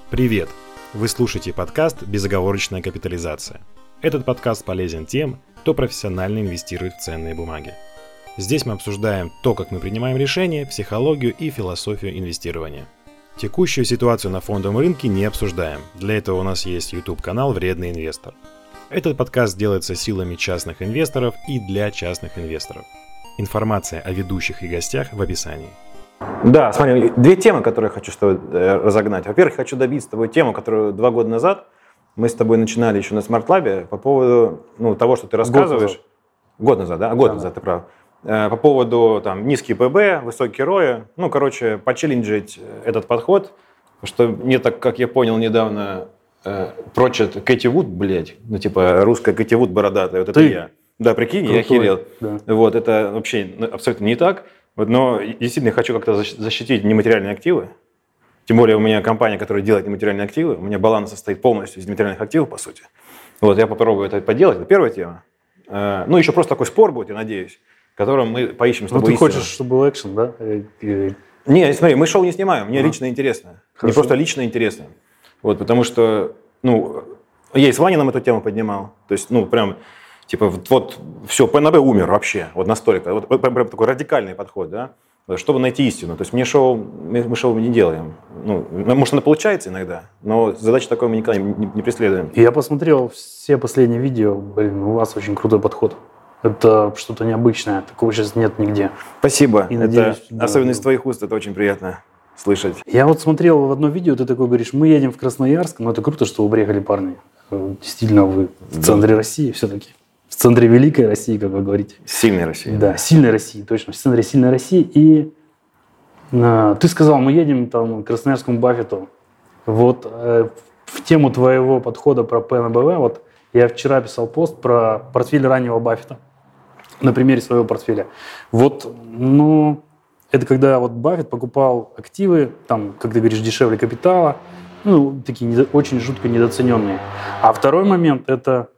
Привет! Вы слушаете подкаст «Безоговорочная капитализация». Этот подкаст полезен тем, кто профессионально инвестирует в ценные бумаги. Здесь мы обсуждаем то, как мы принимаем решения, психологию и философию инвестирования. Текущую ситуацию на фондовом рынке не обсуждаем. Для этого у нас есть YouTube-канал «Вредный инвестор». Этот подкаст делается силами частных инвесторов и для частных инвесторов. Информация о ведущих и гостях в описании. Да, смотри, две темы, которые я хочу с тобой разогнать. Во-первых, хочу добить с тобой тему, которую 2 года назад мы с тобой начинали еще на Smart Lab по поводу того, что ты рассказываешь. Год назад, да? Год назад, ты прав. По поводу низкий ПБ, высокий ROI. Почелленджить этот подход. Что мне, так как я понял недавно, прочит Кэти Вуд, русская Кэти Вуд бородатая, вот это я. Да, прикинь, крутой. Я охерел. Да. Вот, это вообще абсолютно не так. Но действительно хочу как-то защитить нематериальные активы. Тем более у меня компания, которая делает нематериальные активы. У меня баланс состоит полностью из нематериальных активов, по сути. Вот, я попробую это поделать. Это первая тема. Еще просто такой спор будет, я надеюсь, в котором мы поищем с тобой истину. Ты хочешь, чтобы был экшен, да? Не, смотри, мы шоу не снимаем. Мне лично интересно. Хорошо. Мне просто лично интересно. Вот, потому что, я и с Ваниным эту тему поднимал. То есть, все, ПНБ умер вообще, вот настолько. Вот прям такой радикальный подход, да, чтобы найти истину. То есть мы шоу не делаем. Может, оно получается иногда, но задачи такой мы никогда не преследуем. Я посмотрел все последние видео, у вас очень крутой подход. Это что-то необычное, такого сейчас нет нигде. Спасибо, особенно из твоих уст, это очень приятно слышать. Я вот смотрел в одно видео, ты такой говоришь, мы едем в Красноярск, но это круто, что вы приехали, парни. Действительно, вы в центре России все-таки. В центре великой России, как вы говорите. Сильной России. Да, сильной России, точно. В центре сильной России. И ты сказал, мы едем к Красноярскому Баффету. Вот в тему твоего подхода про ПНБВ, вот я вчера писал пост про портфель раннего Баффета. На примере своего портфеля. Это когда Баффет покупал активы, как ты говоришь, дешевле капитала, такие очень жутко недооцененные. А второй момент это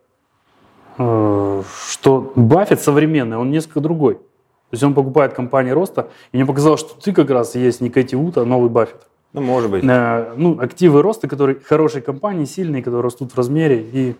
что Баффет современный, он несколько другой. То есть он покупает компании роста, и мне показалось, что ты как раз есть не Кэти Вуд, а новый Баффет. Может быть. Активы роста, которые хорошие компании, сильные, которые растут в размере, и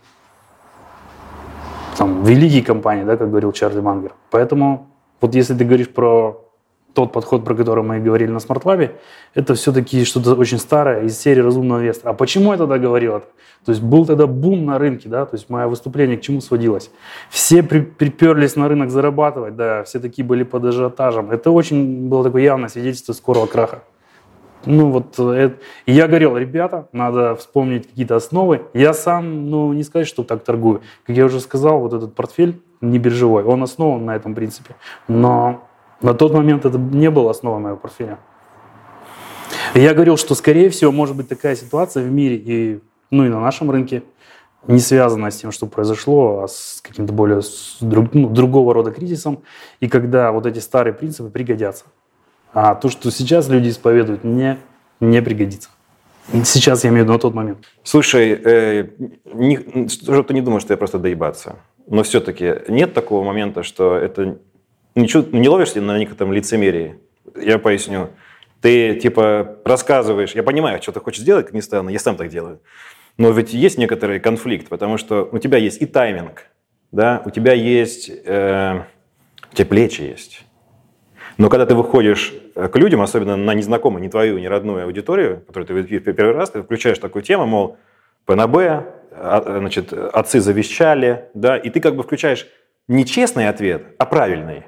великие компании, да, как говорил Чарли Мангер. Поэтому, если ты говоришь про тот подход, про который мы говорили на Smart Lab, это все-таки что-то очень старое из серии разумного инвестора. А почему я тогда говорил? То есть был тогда бум на рынке, да, то есть мое выступление к чему сводилось? Все приперлись на рынок зарабатывать, да, все такие были под ажиотажем. Это очень было такое явное свидетельство скорого краха. И я говорил, ребята, надо вспомнить какие-то основы. Я сам, не сказать, что так торгую. Как я уже сказал, этот портфель не биржевой, он основан на этом принципе. Но на тот момент это не было основой моего портфеля. Я говорил, что, скорее всего, может быть такая ситуация в мире и на нашем рынке, не связанная с тем, что произошло, а с каким-то более другого рода кризисом, и когда эти старые принципы пригодятся. А то, что сейчас люди исповедуют, не пригодится. Сейчас я имею в виду на тот момент. Слушай, чтобы ты не думал, что я просто доебаться. Но все-таки нет такого момента, что это... Не ловишься на некотором лицемерии? Я поясню. Ты рассказываешь, я понимаю, что ты хочешь сделать, как ни странно, я сам так делаю. Но ведь есть некоторый конфликт, потому что у тебя есть и тайминг, да, у тебя есть, у тебя плечи есть. Но когда ты выходишь к людям, особенно на незнакомую, не твою, не родную аудиторию, которую ты видишь первый раз, ты включаешь такую тему, мол, ПНБ, отцы завещали, да, и ты включаешь не честный ответ, а правильный.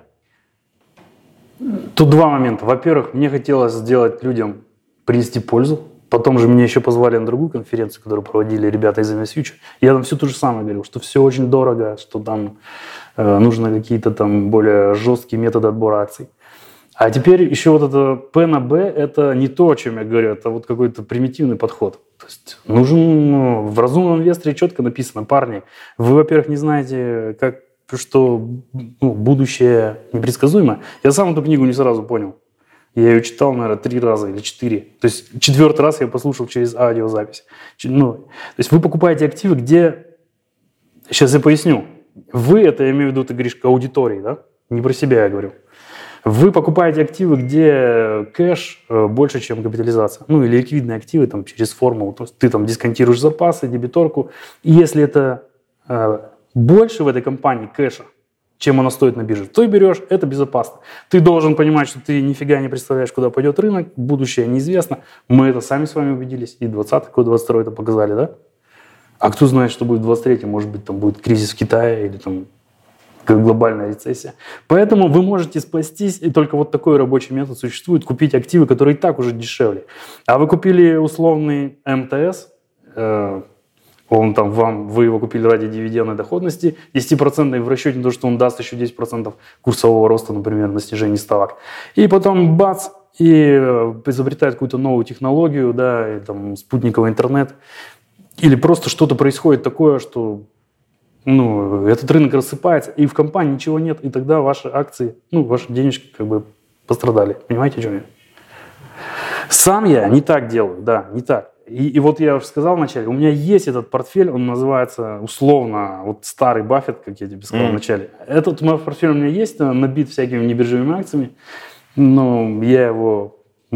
Тут 2 момента. Во-первых, мне хотелось сделать людям, принести пользу. Потом же меня еще позвали на другую конференцию, которую проводили ребята из InvestFuture. Я там все то же самое говорил, что все очень дорого, что там нужно какие-то более жесткие методы отбора акций. А теперь еще это ПНБ, это не то, о чем я говорю, это какой-то примитивный подход. То есть нужен, в разумном инвесторе четко написано, парни, вы, во-первых, не знаете, что будущее непредсказуемо. Я сам эту книгу не сразу понял. Я ее читал, наверное, 3 раза или 4. То есть 4-й раз я послушал через аудиозапись. То есть вы покупаете активы, где... Сейчас я поясню. Вы, это я имею в виду, ты говоришь, к аудитории, да? Не про себя я говорю. Вы покупаете активы, где кэш больше, чем капитализация. Ну, или ликвидные активы там, через формулу. То есть ты там дисконтируешь запасы, дебиторку. И если это больше в этой компании кэша, чем она стоит на бирже, то и берешь, это безопасно. Ты должен понимать, что ты нифига не представляешь, куда пойдет рынок, будущее неизвестно. Мы это сами с вами убедились, и 20-й год, 22-й это показали, да? А кто знает, что будет в 23-м, может быть, там будет кризис в Китае или там глобальная рецессия. Поэтому вы можете спастись, и только вот такой рабочий метод существует, купить активы, которые и так уже дешевле. А вы купили условный МТС, вы его купили ради дивидендной доходности, 10% в расчете на то, что он даст еще 10% курсового роста, например, на снижении ставок. И потом бац, и изобретает какую-то новую технологию, да, и, там, спутниковый интернет. Или просто что-то происходит такое, что этот рынок рассыпается, и в компании ничего нет, и тогда ваши акции, ваши денежки как бы пострадали. Понимаете, о чем я? Сам я не так делаю, да, не так. И вот я уже сказал вначале, у меня есть этот портфель, он называется условно, вот старый Баффет, как я тебе сказал вначале. Этот мой портфель у меня есть, набит всякими небиржевыми акциями, но я его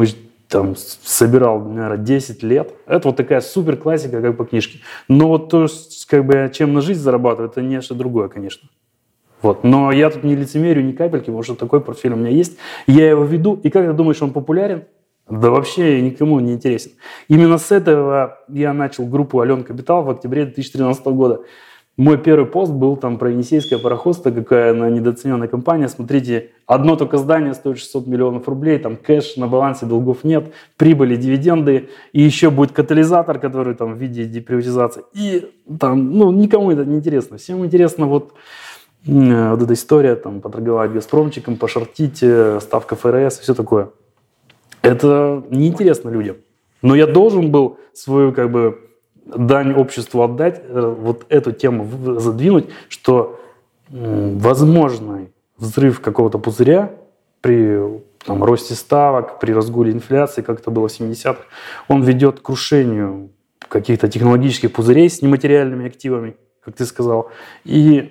собирал, наверное, 10 лет. Это вот такая супер классика, как по книжке. Но вот то, чем на жизнь зарабатываю, это нечто другое, конечно. Вот. Но я тут не лицемерю ни капельки, потому что такой портфель у меня есть. Я его веду, и как ты думаешь, он популярен? Да вообще никому не интересен. Именно с этого я начал группу «Ален Капитал» в октябре 2013 года. Мой первый пост был там про Енисейское пароходство, какая она недооцененная компания. Смотрите, одно только здание стоит 600 миллионов рублей, там кэш, на балансе долгов нет, прибыли, дивиденды, и еще будет катализатор, который там в виде деприватизации. И там, никому это не интересно. Всем интересно вот эта история, там, поторговать «Газпромчиком», пошортить, ставка ФРС и все такое. Это неинтересно людям. Но я должен был свою, дань обществу отдать, вот эту тему задвинуть, что возможный взрыв какого-то пузыря при росте ставок, при разгуле инфляции, как это было в 70-х, он ведет к крушению каких-то технологических пузырей с нематериальными активами, как ты сказал. И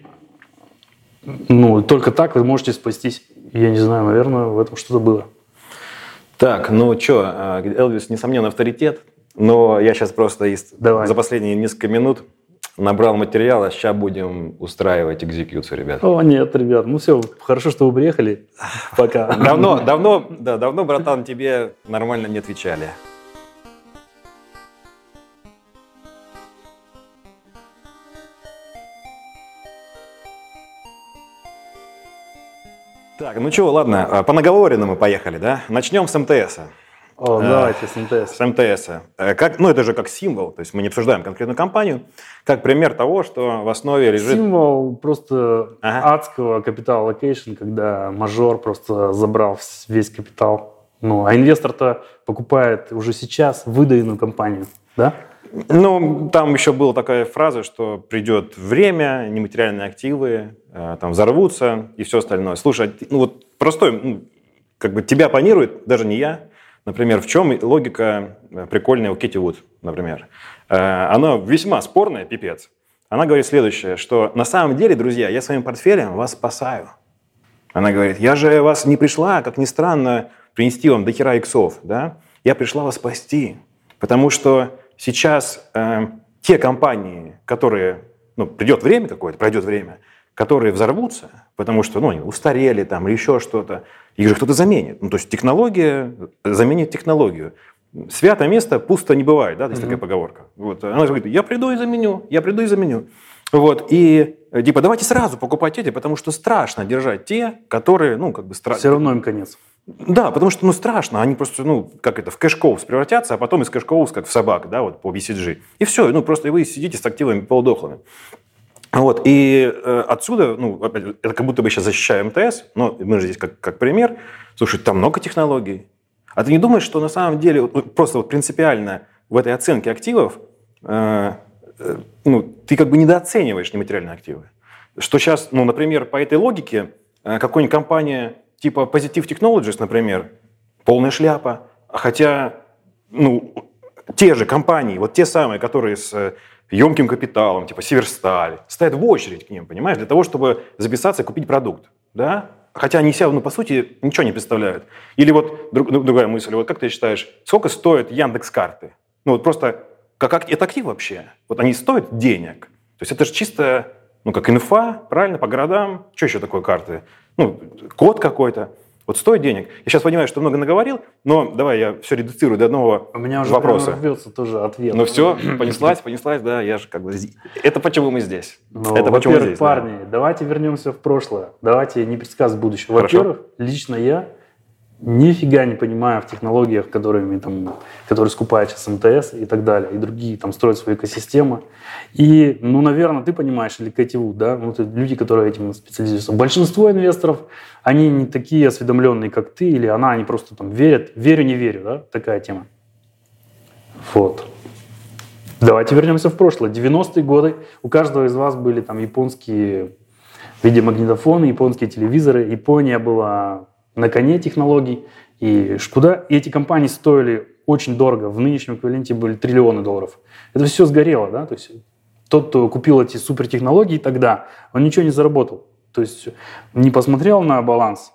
только так вы можете спастись. Я не знаю, наверное, в этом что-то было. Так, Элвис, несомненно, авторитет, но я сейчас просто за последние несколько минут набрал материала, сейчас будем устраивать экзекьюцию, ребят. О, нет, ребят, все, хорошо, что вы приехали. Пока. Давно, братан, тебе нормально не отвечали. Так, ладно, по наговоренному поехали, да? Начнем с МТС. Давайте с МТС. С МТС. Это же как символ, то есть мы не обсуждаем конкретную компанию, как пример того, что в основе лежит... Символ просто адского капитал аллокейшн, когда мажор просто забрал весь капитал. А инвестор-то покупает уже сейчас выдаенную компанию, да? Там еще была такая фраза, что придет время, нематериальные активы там взорвутся и все остальное. Слушай, простой, тебя оппонирует, даже не я. Например, в чем логика прикольная у Кэти Вуд, например. Она весьма спорная, пипец. Она говорит следующее, что на самом деле, друзья, я своим портфелем вас спасаю. Она говорит, я же вас не пришла, как ни странно, принести вам дохера иксов, да? Я пришла вас спасти, потому что сейчас те компании, которые, пройдет время, которые взорвутся, потому что они устарели там, или еще что-то, их же кто-то заменит. То есть технология заменит технологию. Святое место пусто не бывает, да, есть такая поговорка. Она говорит, я приду и заменю. И давайте сразу покупать эти, потому что страшно держать те, которые, страшно. Все равно им конец. Да, потому что, страшно, они просто, в кэш-коус превратятся, а потом из кэш-коус, как в собак, да, по BCG. И все, просто вы сидите с активами полудохлыми. И отсюда, это как будто бы сейчас защищаю МТС, но мы же здесь как пример. Слушай, там много технологий. А ты не думаешь, что на самом деле, просто принципиально в этой оценке активов, ты недооцениваешь нематериальные активы? Что сейчас, например, по этой логике, какой-нибудь компания типа Positive Technologies, например, полная шляпа, хотя, те же компании, те самые, которые с емким капиталом, типа Северсталь, стоят в очередь к ним, понимаешь, для того, чтобы записаться и купить продукт, да? хотя они себя, по сути, ничего не представляют. Или вот другая мысль, вот как ты считаешь, сколько стоят Яндекс.Карты? Просто как это актив вообще? Вот они стоят денег. То есть это же чисто, как инфа, правильно, по городам. Что еще такое карты? Код какой-то. Вот стоит денег. Я сейчас понимаю, что много наговорил, но давай я все редуцирую до одного вопроса. У меня уже рвется тоже ответ. Все, понеслась, да, я же Это почему мы здесь. Это почему мы здесь, парни, давайте вернемся в прошлое. Давайте не предсказывать будущее. Во-первых, лично я нифига не понимаю в технологиях, которые скупают сейчас МТС и так далее, и другие строят свои экосистемы. И, наверное, ты понимаешь, или КТУ, да, люди, которые этим специализируются. Большинство инвесторов, они не такие осведомленные, как ты или она, они просто верят, верю, не верю, да, такая тема. Вот. Давайте вернемся в прошлое. 90-е годы, у каждого из вас были японские видеомагнитофоны, японские телевизоры, Япония была на коне технологий, и эти компании стоили очень дорого, в нынешнем эквиваленте были $триллионы. Это все сгорело, да, то есть тот, кто купил эти супертехнологии тогда, он ничего не заработал, то есть не посмотрел на баланс,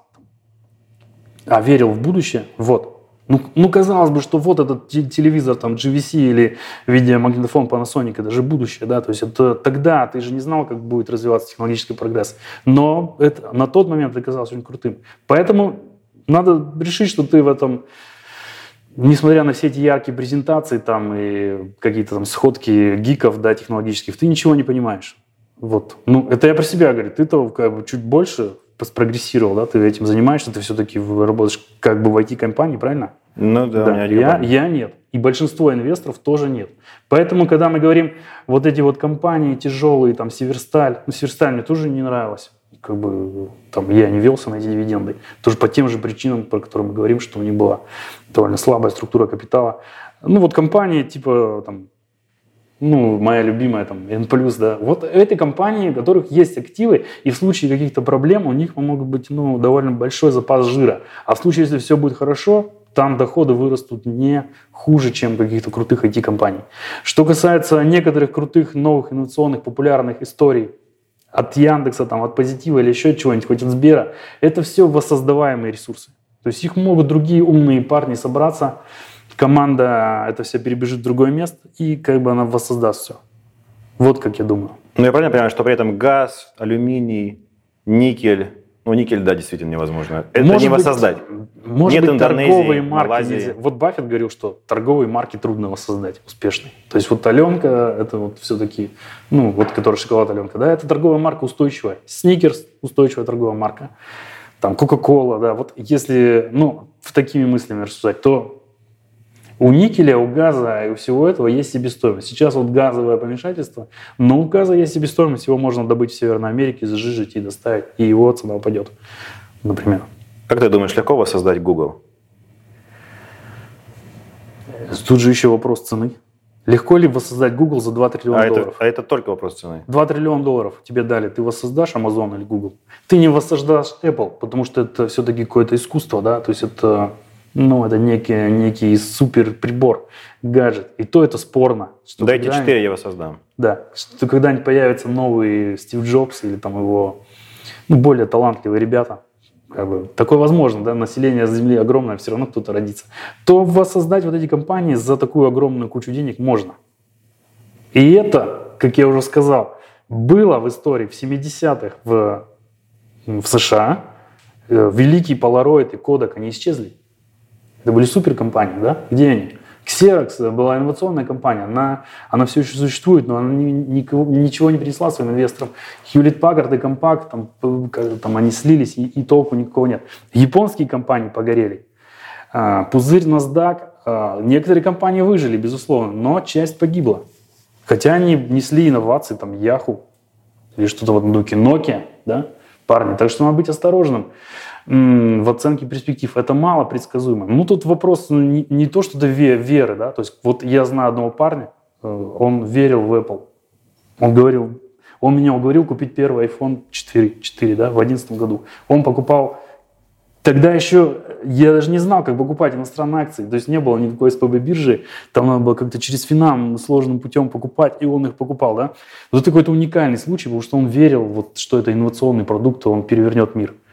а верил в будущее, вот. Казалось бы, что вот этот телевизор, GVC или видеомагнитофон Panasonic, это же будущее, да, то есть это тогда ты же не знал, как будет развиваться технологический прогресс, но это на тот момент оказалось очень крутым. Поэтому надо решить, что ты в этом, несмотря на все эти яркие презентации и какие-то сходки гиков, да, технологических, ты ничего не понимаешь. Вот. Это я про себя говорю, ты-то чуть больше спрогрессировал, да, ты этим занимаешься, ты все-таки работаешь в IT-компании, правильно? Да, да. Я нет. И большинство инвесторов тоже нет. Поэтому, когда мы говорим, вот эти вот компании тяжелые, Северсталь, Северсталь мне тоже не нравилось. Я не велся на эти дивиденды. Тоже по тем же причинам, про которые мы говорим, что у них была довольно слабая структура капитала. Компании моя любимая, N+, да. Вот эти компании, у которых есть активы, и в случае каких-то проблем у них могут быть, довольно большой запас жира. А в случае, если все будет хорошо, там доходы вырастут не хуже, чем каких-то крутых IT-компаний. Что касается некоторых крутых, новых, инновационных, популярных историй от Яндекса, от Позитива или еще чего-нибудь, хоть от Сбера, это все воссоздаваемые ресурсы. То есть их могут другие умные парни собраться, команда это все перебежит в другое место, и она воссоздаст все. Вот как я думаю. Я правильно понимаю, что при этом газ, алюминий, никель, никель, да, действительно невозможно. Это может не воссоздать. Может Нет быть, Индонезии, торговые марки Малайзии. нельзя. Вот Баффет говорил, что торговые марки трудно воссоздать успешные. То есть Аленка, это все-таки, которая шоколад Аленка, да, это торговая марка устойчивая. Сникерс устойчивая торговая марка. Кока-кола, да. Вот если, в такими мыслями рассуждать, то у никеля, у газа и у всего этого есть себестоимость. Сейчас газовое помешательство, но у газа есть себестоимость, его можно добыть в Северной Америке, зажижить и доставить, и его цена упадет, например. Как ты думаешь, легко воссоздать Google? Тут же еще вопрос цены. Легко ли воссоздать Google за $2 триллиона? Это только вопрос цены. $2 триллиона тебе дали. Ты воссоздашь Amazon или Google? Ты не воссоздашь Apple, потому что это все-таки какое-то искусство, да? То есть это некий супер прибор, гаджет. И то это спорно. Дайте 4, я его создам. Да. Что когда-нибудь появится новый Стив Джобс или его более талантливые ребята, такое возможно, да, население Земли огромное, все равно кто-то родится, то воссоздать вот эти компании за такую огромную кучу денег можно. И это, как я уже сказал, было в истории в 70-х в США. Великий Polaroid и Kodak, они исчезли. Это были суперкомпании, да? Где они? Xerox была инновационная компания, она все еще существует, но она ничего не принесла своим инвесторам. Hewlett-Packard и Compaq, они слились, и толку никакого нет. Японские компании погорели. Пузырь NASDAQ, некоторые компании выжили, безусловно, но часть погибла. Хотя они несли инновации, Yahoo или что-то в этом духе, Nokia, да, парни. Так что надо быть осторожным в оценке перспектив. Это мало предсказуемо. Тут вопрос не то, что до веры, да, то есть вот я знаю одного парня, он верил в Apple. Он меня уговорил купить первый iPhone 4, да, в 2011 году. Он покупал, тогда еще я даже не знал, как покупать иностранные акции, то есть не было никакой СПБ биржи, там надо было как-то через Финам сложным путем покупать, и он их покупал, да. Вот это какой-то уникальный случай, потому что он верил, что это инновационный продукт, он перевернет мир.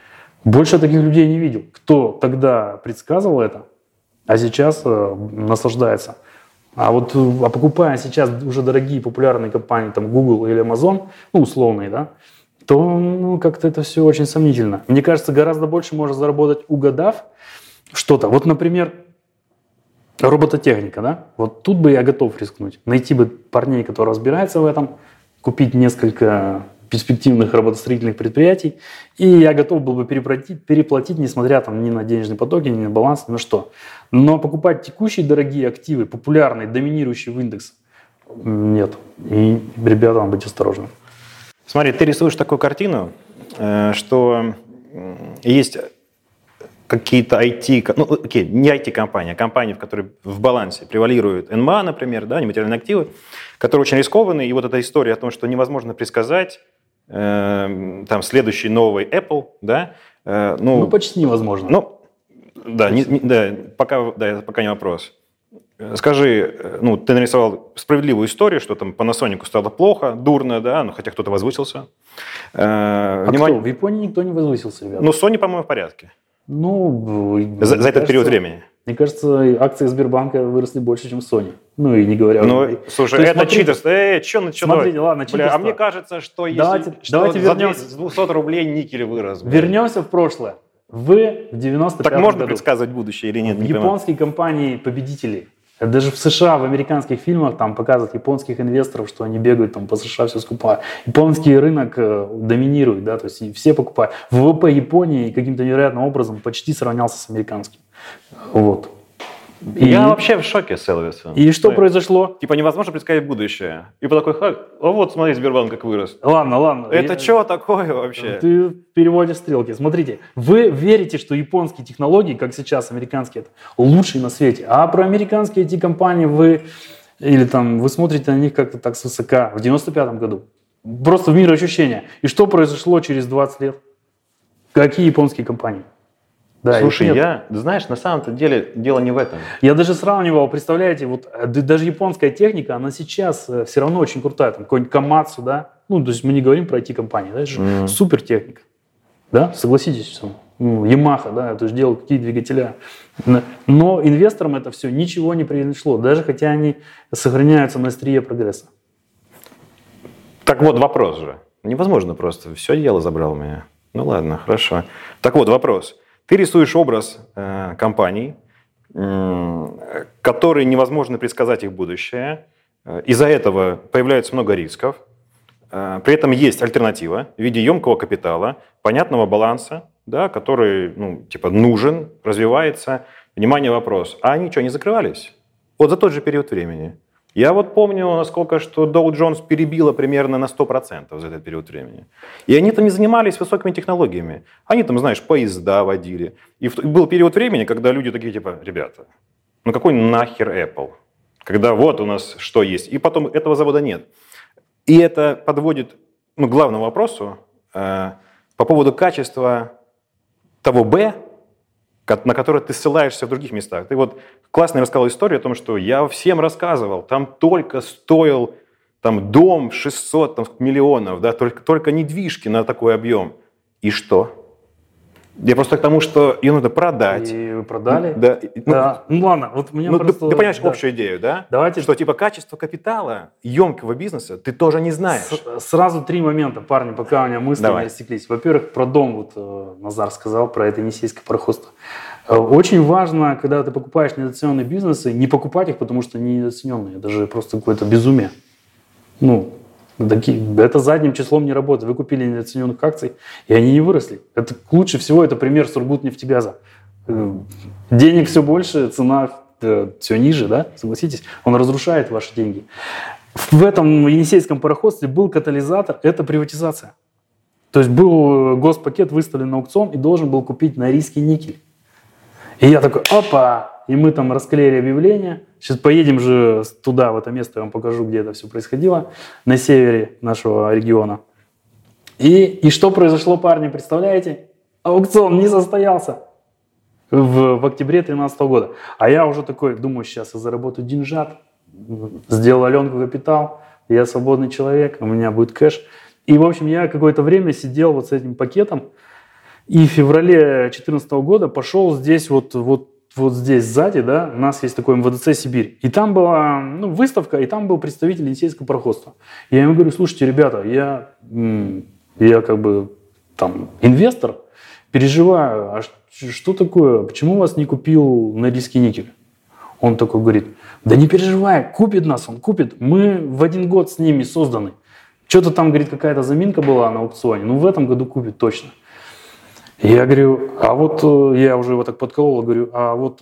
Больше таких людей не видел. Кто тогда предсказывал это, а сейчас наслаждается. А покупая сейчас уже дорогие популярные компании, там Google или Amazon, условные, да, то как-то это все очень сомнительно. Мне кажется, гораздо больше можно заработать, угадав что-то. Вот, например, робототехника, да? Вот тут бы я готов рискнуть. Найти бы парней, которые разбираются в этом, купить несколько перспективных работостроительных предприятий, и я готов был бы переплатить, несмотря ни на денежные потоки, ни на баланс, ни на что. Но покупать текущие дорогие активы, популярные, доминирующие в индекс, нет. И, ребята, надо быть осторожны. Смотри, ты рисуешь такую картину, что есть какие-то IT, не IT-компании, а компании, в которых в балансе превалирует НМА, например, да, нематериальные активы, которые очень рискованные. И вот эта история о том, что невозможно предсказать следующий новый Apple, да. Почти невозможно. Пока не вопрос. Скажи, ты нарисовал справедливую историю, что там Panasonic стало плохо, дурно, да, хотя кто-то возвысился. Кто? В Японии никто не возвысился, ребята. Sony, по-моему, в порядке. За этот период времени. Мне кажется, акции Сбербанка выросли больше, чем Sony. И не говоря... Слушай, это читерство. Что началось? Смотрите, ладно, читерство. А мне кажется, что давайте вернемся. За 200 рублей никель вырос. Вернемся в прошлое. Вы в 95-м году... Так можно предсказывать будущее или нет? Японские компании-победители. Даже в США, в американских фильмах там показывают японских инвесторов, что они бегают там по США, все скупают. Японский рынок доминирует, да, то есть все покупают. ВВП Японии каким-то невероятным образом почти сравнялся с американским. Вот. Я вообще в шоке с Элвиса. И что произошло? Невозможно предсказать будущее. И по такой, смотри, Сбербанк как вырос. Ладно. Это что такое вообще? Ты переводишь стрелки. Смотрите, вы верите, что японские технологии, как сейчас американские, это лучшие на свете. А про американские эти компании вы смотрите на них как-то так свысока в 95-м году. Просто в мироощущение. И что произошло через 20 лет? Какие японские компании? Да, слушай, на самом-то деле дело не в этом. Я даже сравнивал, представляете, даже японская техника, она сейчас все равно очень крутая. Там какой-нибудь Камацу, да? То есть мы не говорим про IT-компании, да? Это же супер техника. Да? Согласитесь, Yamaha, да, это же делают какие двигателя. Но инвесторам это все ничего не принесло, даже хотя они сохраняются на острие прогресса. Так вот, вопрос же. Невозможно просто. Все дело забрал у меня. Ладно, хорошо. Так вот, вопрос. Ты рисуешь образ компаний, которые невозможно предсказать их будущее. Из-за этого появляется много рисков. При этом есть альтернатива в виде емкого капитала, понятного баланса, да, который нужен, развивается. Внимание, вопрос. А они что, не закрывались? Вот за тот же период времени. Я помню, насколько что Dow Jones перебило примерно на 100% за этот период времени. И они-то не занимались высокими технологиями. Они поезда водили. И был период времени, когда люди такие ребята, какой нахер Apple? Когда вот у нас что есть. И потом этого завода нет. И это подводит к главному вопросу по поводу качества того «Б», на которое ты ссылаешься в других местах. Ты классно рассказал историю о том, что я всем рассказывал, там только стоил дом 600 миллионов, да, только недвижки на такой объем. И что? Я просто к тому, что ее надо продать. И вы продали? Да. Да. Ладно, мне просто... Ты понимаешь общую идею, да? Давайте... Что качество капитала емкого бизнеса ты тоже не знаешь. Сразу 3 момента, парни, пока у меня мысли не рассеклись. Во-первых, про дом, Назар сказал, про это Енисейское пароходство. Очень важно, когда ты покупаешь недооцененные бизнесы, не покупать их, потому что они недооцененные. Это же просто какое-то безумие. Это задним числом не работает. Вы купили недооцененных акций, и они не выросли. Это лучше всего это пример Сургутнефтегаза. Денег все больше, цена все ниже, да? Согласитесь? Он разрушает ваши деньги. В этом Енисейском пароходстве был катализатор, это приватизация. То есть был госпакет выставлен на аукцион и должен был купить Норильский никель. И я такой, опа! И мы там расклеили объявление. Сейчас поедем же туда, в это место, я вам покажу, где это все происходило, на севере нашего региона. И что произошло, парни, представляете? Аукцион не состоялся в октябре 2013 года. А я уже такой, думаю, сейчас я заработаю деньжат, сделал Аленку капитал, я свободный человек, у меня будет кэш. И, в общем, я какое-то время сидел с этим пакетом И в феврале 2014 года пошел здесь вот здесь сзади, да, у нас есть такой МВДЦ «Сибирь». И там была выставка, и там был представитель Енисейского пароходства. Я ему говорю: слушайте, ребята, я как бы там инвестор, переживаю, а что такое, почему вас не купил Норильский никель? Он такой говорит: да не переживай, купит нас, он купит. Мы в 1 год с ними созданы. Что-то там, говорит, какая-то заминка была на аукционе, но в этом году купит точно. Я говорю, а вот я уже его так подколол, говорю, а вот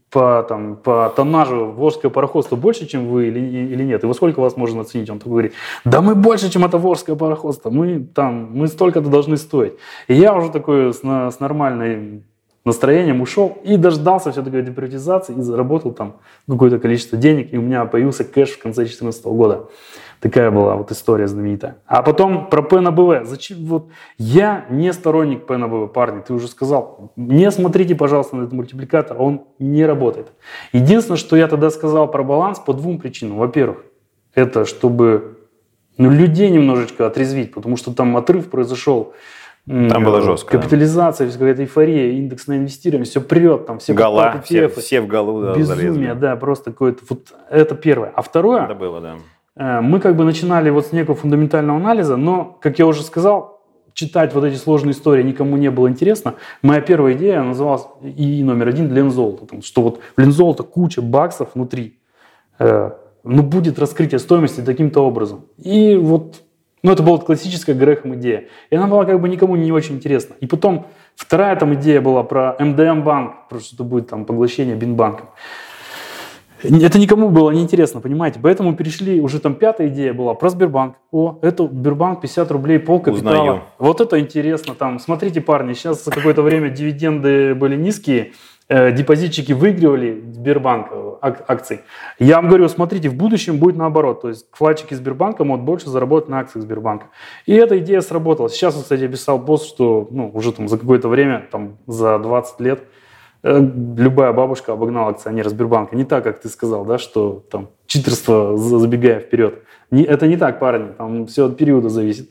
по тоннажу Волжское пароходство больше, чем вы или нет? И во сколько вас можно оценить? Он такой говорит: да мы больше, чем это Волжское пароходство, мы столько-то должны стоить. И я уже такой с нормальным настроением ушел и дождался все-таки деприватизации и заработал там какое-то количество денег, и у меня появился кэш в конце 2014 года. Такая была вот история знаменитая. А потом про ПНБВ. Зачем? Я не сторонник ПНБВ, парни, ты уже сказал. Не смотрите, пожалуйста, на этот мультипликатор, он не работает. Единственное, что я тогда сказал про баланс по 2 причинам. Во-первых, это чтобы людей немножечко отрезвить, потому что там отрыв произошел. Там было жестко. Капитализация, какая-то эйфория, индексное инвестирование, все прет, там все гала, все в галу, да, безумие, залезли. Да, просто какое-то. Вот это первое. А второе. Это было, да. Мы как бы начинали вот с некого фундаментального анализа, но, как я уже сказал, читать вот эти сложные истории никому не было интересно. Моя первая идея называлась ИИ номер 1 Лензолото, что вот в Лензолото куча баксов внутри, будет раскрытие стоимости таким-то образом. И вот, это была классическая Грэхэм идея. И она была как бы никому не очень интересна. И потом вторая там идея была про МДМ-банк, про что-то будет там поглощение Бинбанком. Это никому было не интересно, понимаете? Поэтому перешли, уже там 5-я идея была про Сбербанк. Это Сбербанк, 50 рублей, полкапитала. Узнаю. Вот это интересно. Там, смотрите, парни, сейчас за какое-то время дивиденды были низкие, депозитчики выигрывали Сбербанк акций. Я вам говорю, смотрите, в будущем будет наоборот. То есть вкладчики Сбербанка могут больше заработать на акциях Сбербанка. И эта идея сработала. Сейчас, кстати, я писал пост, что уже там за какое-то время, там за 20 лет, любая бабушка обогнала акционера Сбербанка. Не так, как ты сказал, да, что там читерство, забегая вперед. Это не так, парни, там все от периода зависит.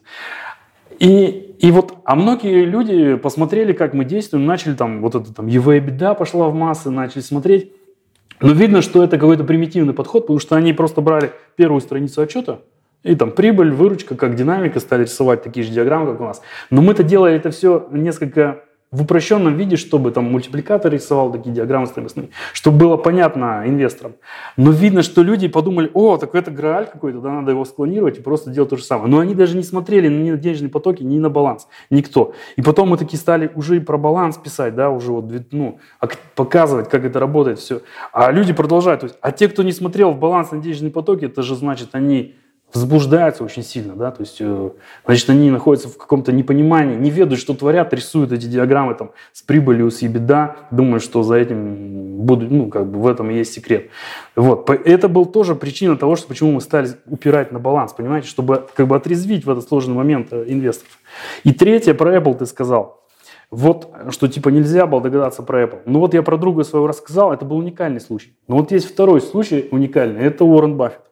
А многие люди посмотрели, как мы действуем, начали там, EV/EBITDA пошла в массы, начали смотреть. Но видно, что это какой-то примитивный подход, потому что они просто брали первую страницу отчета, и там прибыль, выручка, как динамика, стали рисовать такие же диаграммы, как у нас. Но мы-то делали это все несколько в упрощенном виде, чтобы там мультипликатор рисовал такие диаграммы стоимостные, чтобы было понятно инвесторам. Но видно, что люди подумали: так это Грааль какой-то, да, надо его склонировать и просто делать то же самое. Но они даже не смотрели ни на денежные потоки, ни на баланс. Никто. И потом мы такие стали уже и про баланс писать, да, уже показывать, как это работает все. А люди продолжают. А те, кто не смотрел в баланс на денежные потоки, это же значит, они возбуждаются очень сильно, да, то есть, значит, они находятся в каком-то непонимании, не ведают, что творят, рисуют эти диаграммы там с прибылью, с EBITDA, думают, что за этим будут, в этом и есть секрет. Вот, это был тоже причина того, что почему мы стали упирать на баланс, понимаете, чтобы отрезвить в этот сложный момент инвесторов. И третье, про Apple ты сказал. Вот, что нельзя было догадаться про Apple. Я про друга своего рассказал, это был уникальный случай. Но есть второй случай уникальный, это Уоррен Баффет.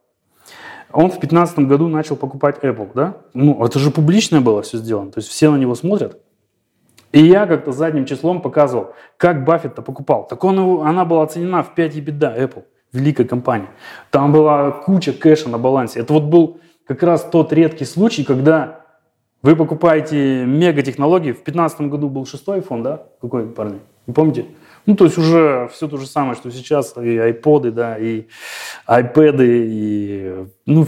Он в 2015 году начал покупать Apple, да? Это же публичное было все сделано, то есть все на него смотрят. И я как-то задним числом показывал, как Баффет-то покупал. Так она была оценена в 5 EBITDA Apple, великая компания. Там была куча кэша на балансе. Это был как раз тот редкий случай, когда вы покупаете мегатехнологии. В 2015 году был 6-й iPhone, да? Какой, парни? Не помните? То есть уже все то же самое, что сейчас, и iPod'ы, да, и iPad'ы, и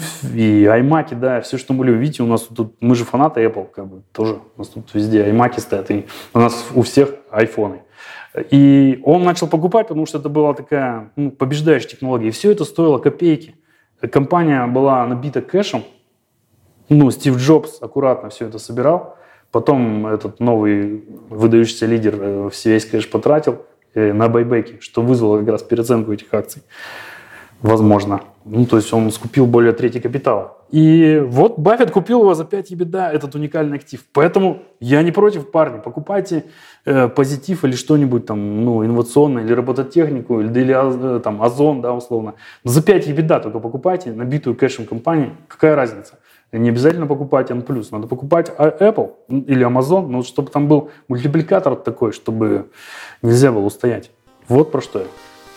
iMac'и, да, все, что мы любим. Видите, у нас тут, мы же фанаты Apple, тоже. У нас тут везде iMac'и стоят, и у нас у всех айфоны. И он начал покупать, потому что это была такая побеждающая технология. И все это стоило копейки. Компания была набита кэшем. Стив Джобс аккуратно все это собирал. Потом этот новый выдающийся лидер весь кэш потратил на байбеки, что вызвало как раз переоценку этих акций. Возможно. То есть он скупил более трети капитала. И вот Баффет купил его за 5 EBITDA, этот уникальный актив. Поэтому я не против, парни. Покупайте позитив или что-нибудь там, ну, инновационное, или робототехнику, или там Озон, да, условно. За 5 EBITDA только покупайте набитую кэшем компанию. Какая разница? Не обязательно покупать N+, надо покупать Apple или Amazon, но чтобы там был мультипликатор такой, чтобы нельзя было устоять. Вот про что я.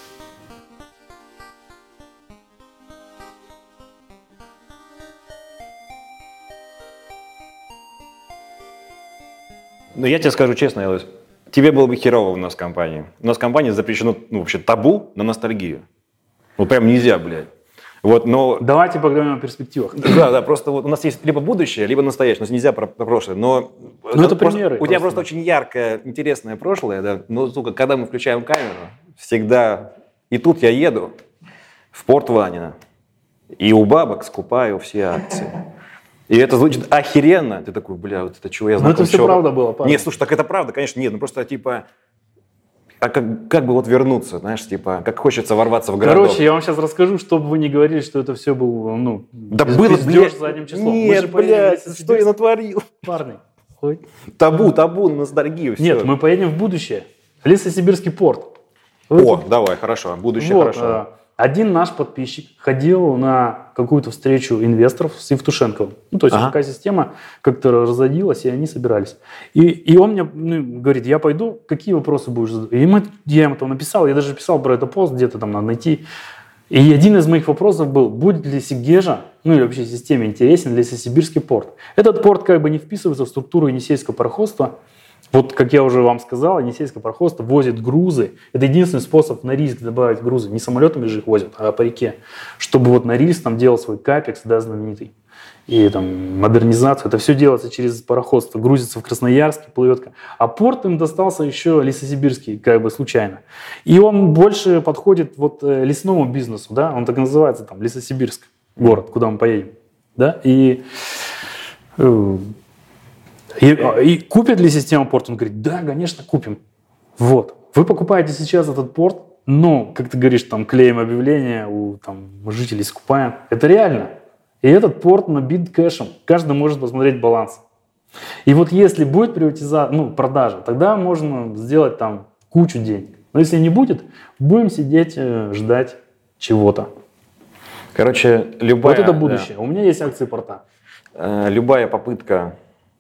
Ну, я тебе скажу честно, Элвис, тебе было бы херово у нас в компании. У нас в компании запрещено, ну, вообще табу на ностальгию. Вот прям нельзя, блядь. Вот, но... Давайте поговорим о перспективах. Да, просто вот у нас есть либо будущее, либо настоящее. У нас нельзя про прошлое. Но это примеры. У тебя просто очень яркое, интересное прошлое. Да? Но, сука, когда мы включаем камеру, всегда... И тут я еду в порт Ванина. И у бабок скупаю все акции. И это звучит охеренно. Ты такой, бля, вот это чего я знаю. Ну это все правда было, парень. Нет, слушай, так это правда, конечно, нет. Ну просто типа... А как бы вот вернуться, знаешь, типа, как хочется ворваться в городок. Короче, я вам сейчас расскажу, чтобы вы не говорили, что это все был, ну, да было, блядь, задним числом. Нет, блядь, что я натворил? Парни. Ой. Табу, ностальгию. Все. Нет, мы поедем в будущее. Лесосибирский порт. Давай, хорошо, будущее вот, хорошо. Один наш подписчик ходил на какую-то встречу инвесторов с Евтушенковым. Ну, то есть такая система как-то разродилась, и они собирались. И он мне говорит, я пойду, какие вопросы будешь задавать? И я ему там написал, я даже писал про это пост, где-то там надо найти. И один из моих вопросов был, будет ли Сигежа, ну или вообще системе интересен Лесосибирский порт. Этот порт как бы не вписывается в структуру Енисейского пароходства. Вот, как я уже вам сказал, Енисейское пароходство возит грузы. Это единственный способ на риск добавить грузы. Не самолетами же их возят, а по реке. Чтобы вот на риск там делал свой капекс, да, знаменитый. И там модернизацию. Это все делается через пароходство. Грузится в Красноярске, плывет. А порт им достался еще Лесосибирский, как бы случайно. И он больше подходит вот лесному бизнесу, да. Он так и называется, там, Лесосибирск, город, куда мы поедем. Да, и купят ли систему порт? Он говорит, да, конечно, купим. Вот. Вы покупаете сейчас этот порт, но, как ты говоришь, там клеим объявления у там, жителей скупаем. Это реально. И этот порт набит кэшем. Каждый может посмотреть баланс. И вот если будет продажа, тогда можно сделать там кучу денег. Но если не будет, будем сидеть, ждать чего-то. Короче, любая... Вот это будущее. Да. У меня есть акции порта. Любая попытка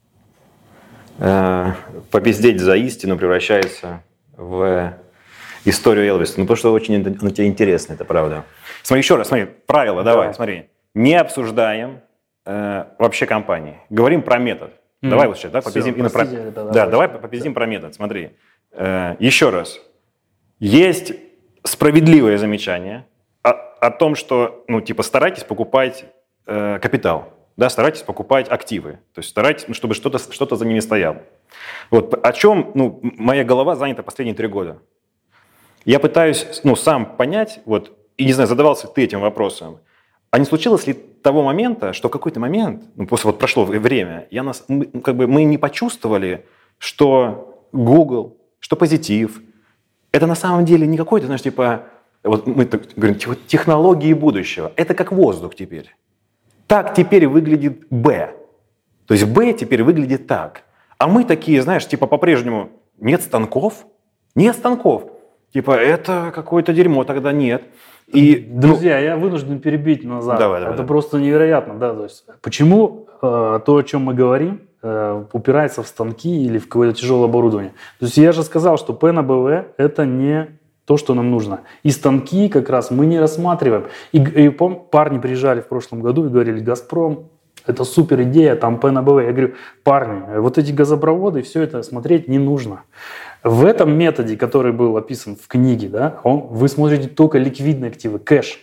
попиздеть за истину превращается в историю Элвиса. Ну, потому что очень она тебе интересна, это правда. Смотри, еще раз, смотри, правила, давай, смотри. Не обсуждаем вообще компании. Говорим про метод. Давай вот сейчас, да, попиздим. Давай попиздим про метод. Смотри, еще раз. Есть справедливое замечание о том, что, ну, типа, старайтесь покупать капитал. Да, старайтесь покупать активы, то есть старайтесь, чтобы что-то за ними стояло. Вот о чем, ну, моя голова занята последние 3 года. Я пытаюсь, ну, сам понять, вот, и не знаю, задавался ты этим вопросом, а не случилось ли того момента, что в какой-то момент, ну, после вот прошло время, мы не почувствовали, что Google, что позитив, это на самом деле не какой-то, знаешь, типа, вот мы так говорим, технологии будущего, это как воздух теперь. Так теперь выглядит Б. То есть Б теперь выглядит так. А мы такие, знаешь, типа по-прежнему, нет станков? Нет станков. Типа это какое-то дерьмо, тогда нет. И, друзья, я вынужден перебить назад. Это просто невероятно. Да? То есть, почему то, о чем мы говорим, упирается в станки или в какое-то тяжелое оборудование? То есть я же сказал, что П на БВ это не... то, что нам нужно. И станки как раз мы не рассматриваем. И парни приезжали в прошлом году и говорили, «Газпром, это супер идея, там П на БВ». Я говорю, парни, вот эти газопроводы, все это смотреть не нужно. В этом методе, который был описан в книге, да, вы смотрите только ликвидные активы, кэш.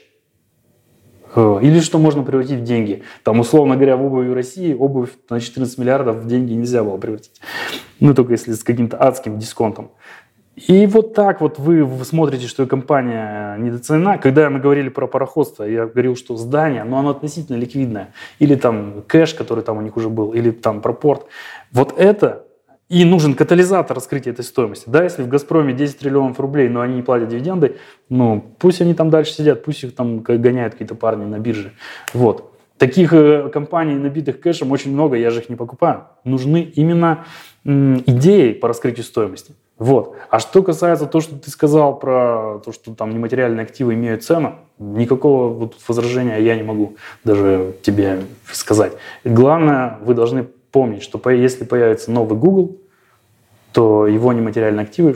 Или что можно превратить в деньги. Там, условно говоря, в обуви в России обувь на 14 миллиардов в деньги нельзя было превратить. Ну, только если с каким-то адским дисконтом. И вот так вот вы смотрите, что компания недооценена. Когда мы говорили про пароходство, я говорил, что здание, но оно относительно ликвидное. Или там кэш, который там у них уже был, или там про порт. Вот это и нужен катализатор раскрытия этой стоимости. Да, если в «Газпроме» 10 триллионов рублей, но они не платят дивиденды, ну, пусть они там дальше сидят, пусть их там гоняют какие-то парни на бирже. Вот. Таких компаний, набитых кэшем, очень много, я же их не покупаю. Нужны именно идеи по раскрытию стоимости. Вот. А что касается того, что ты сказал про то, что там нематериальные активы имеют цену, никакого вот возражения я не могу даже тебе сказать. Главное, вы должны помнить, что если появится новый Google, то его нематериальные активы...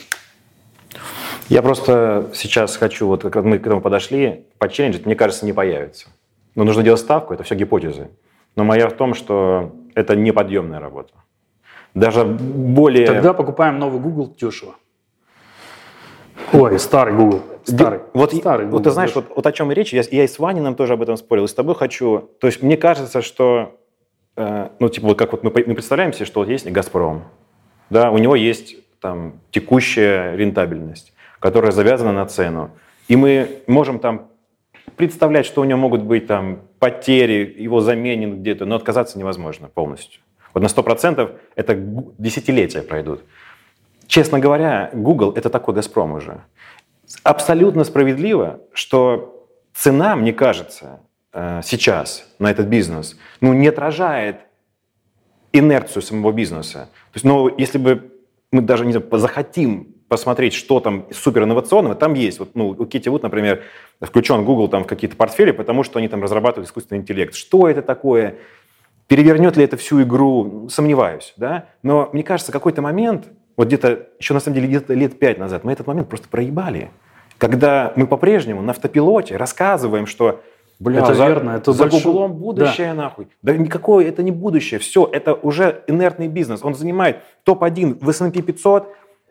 Я просто сейчас хочу, вот как мы к этому подошли, почелленджить, мне кажется, не появится. Но нужно делать ставку, это все гипотезы. Но моя в том, что это неподъемная работа. Даже более... Тогда покупаем новый Google дешево. Ой, старый Google. Старый. Старый Google, вот ты знаешь, вот о чем и речь. Я и с Ваниным тоже об этом спорил, и с тобой хочу... То есть мне кажется, что... вот как вот мы представляем себе, что вот есть «Газпром». Да, у него есть там текущая рентабельность, которая завязана на цену. И мы можем там представлять, что у него могут быть там потери, его заменят где-то, но отказаться невозможно полностью. Вот на 100% это десятилетия пройдут. Честно говоря, Google – это такой «Газпром» уже. Абсолютно справедливо, что цена, мне кажется, сейчас на этот бизнес не отражает инерцию самого бизнеса. То есть, если бы мы даже захотим посмотреть, что там суперинновационного, там есть. Вот, у Кэти Вуд, например, включен Google там в какие-то портфели, потому что они там разрабатывают искусственный интеллект. Что это такое? Перевернет ли это всю игру? Сомневаюсь. Да? Но мне кажется, какой-то момент, вот где-то, еще на самом деле где-то лет 5 назад, мы этот момент просто проебали. Когда мы по-прежнему на автопилоте рассказываем, что это верно, это за Гуглом будущее, да. Нахуй. Да никакое это не будущее. Все, это уже инертный бизнес. Он занимает топ-1 в S&P 500.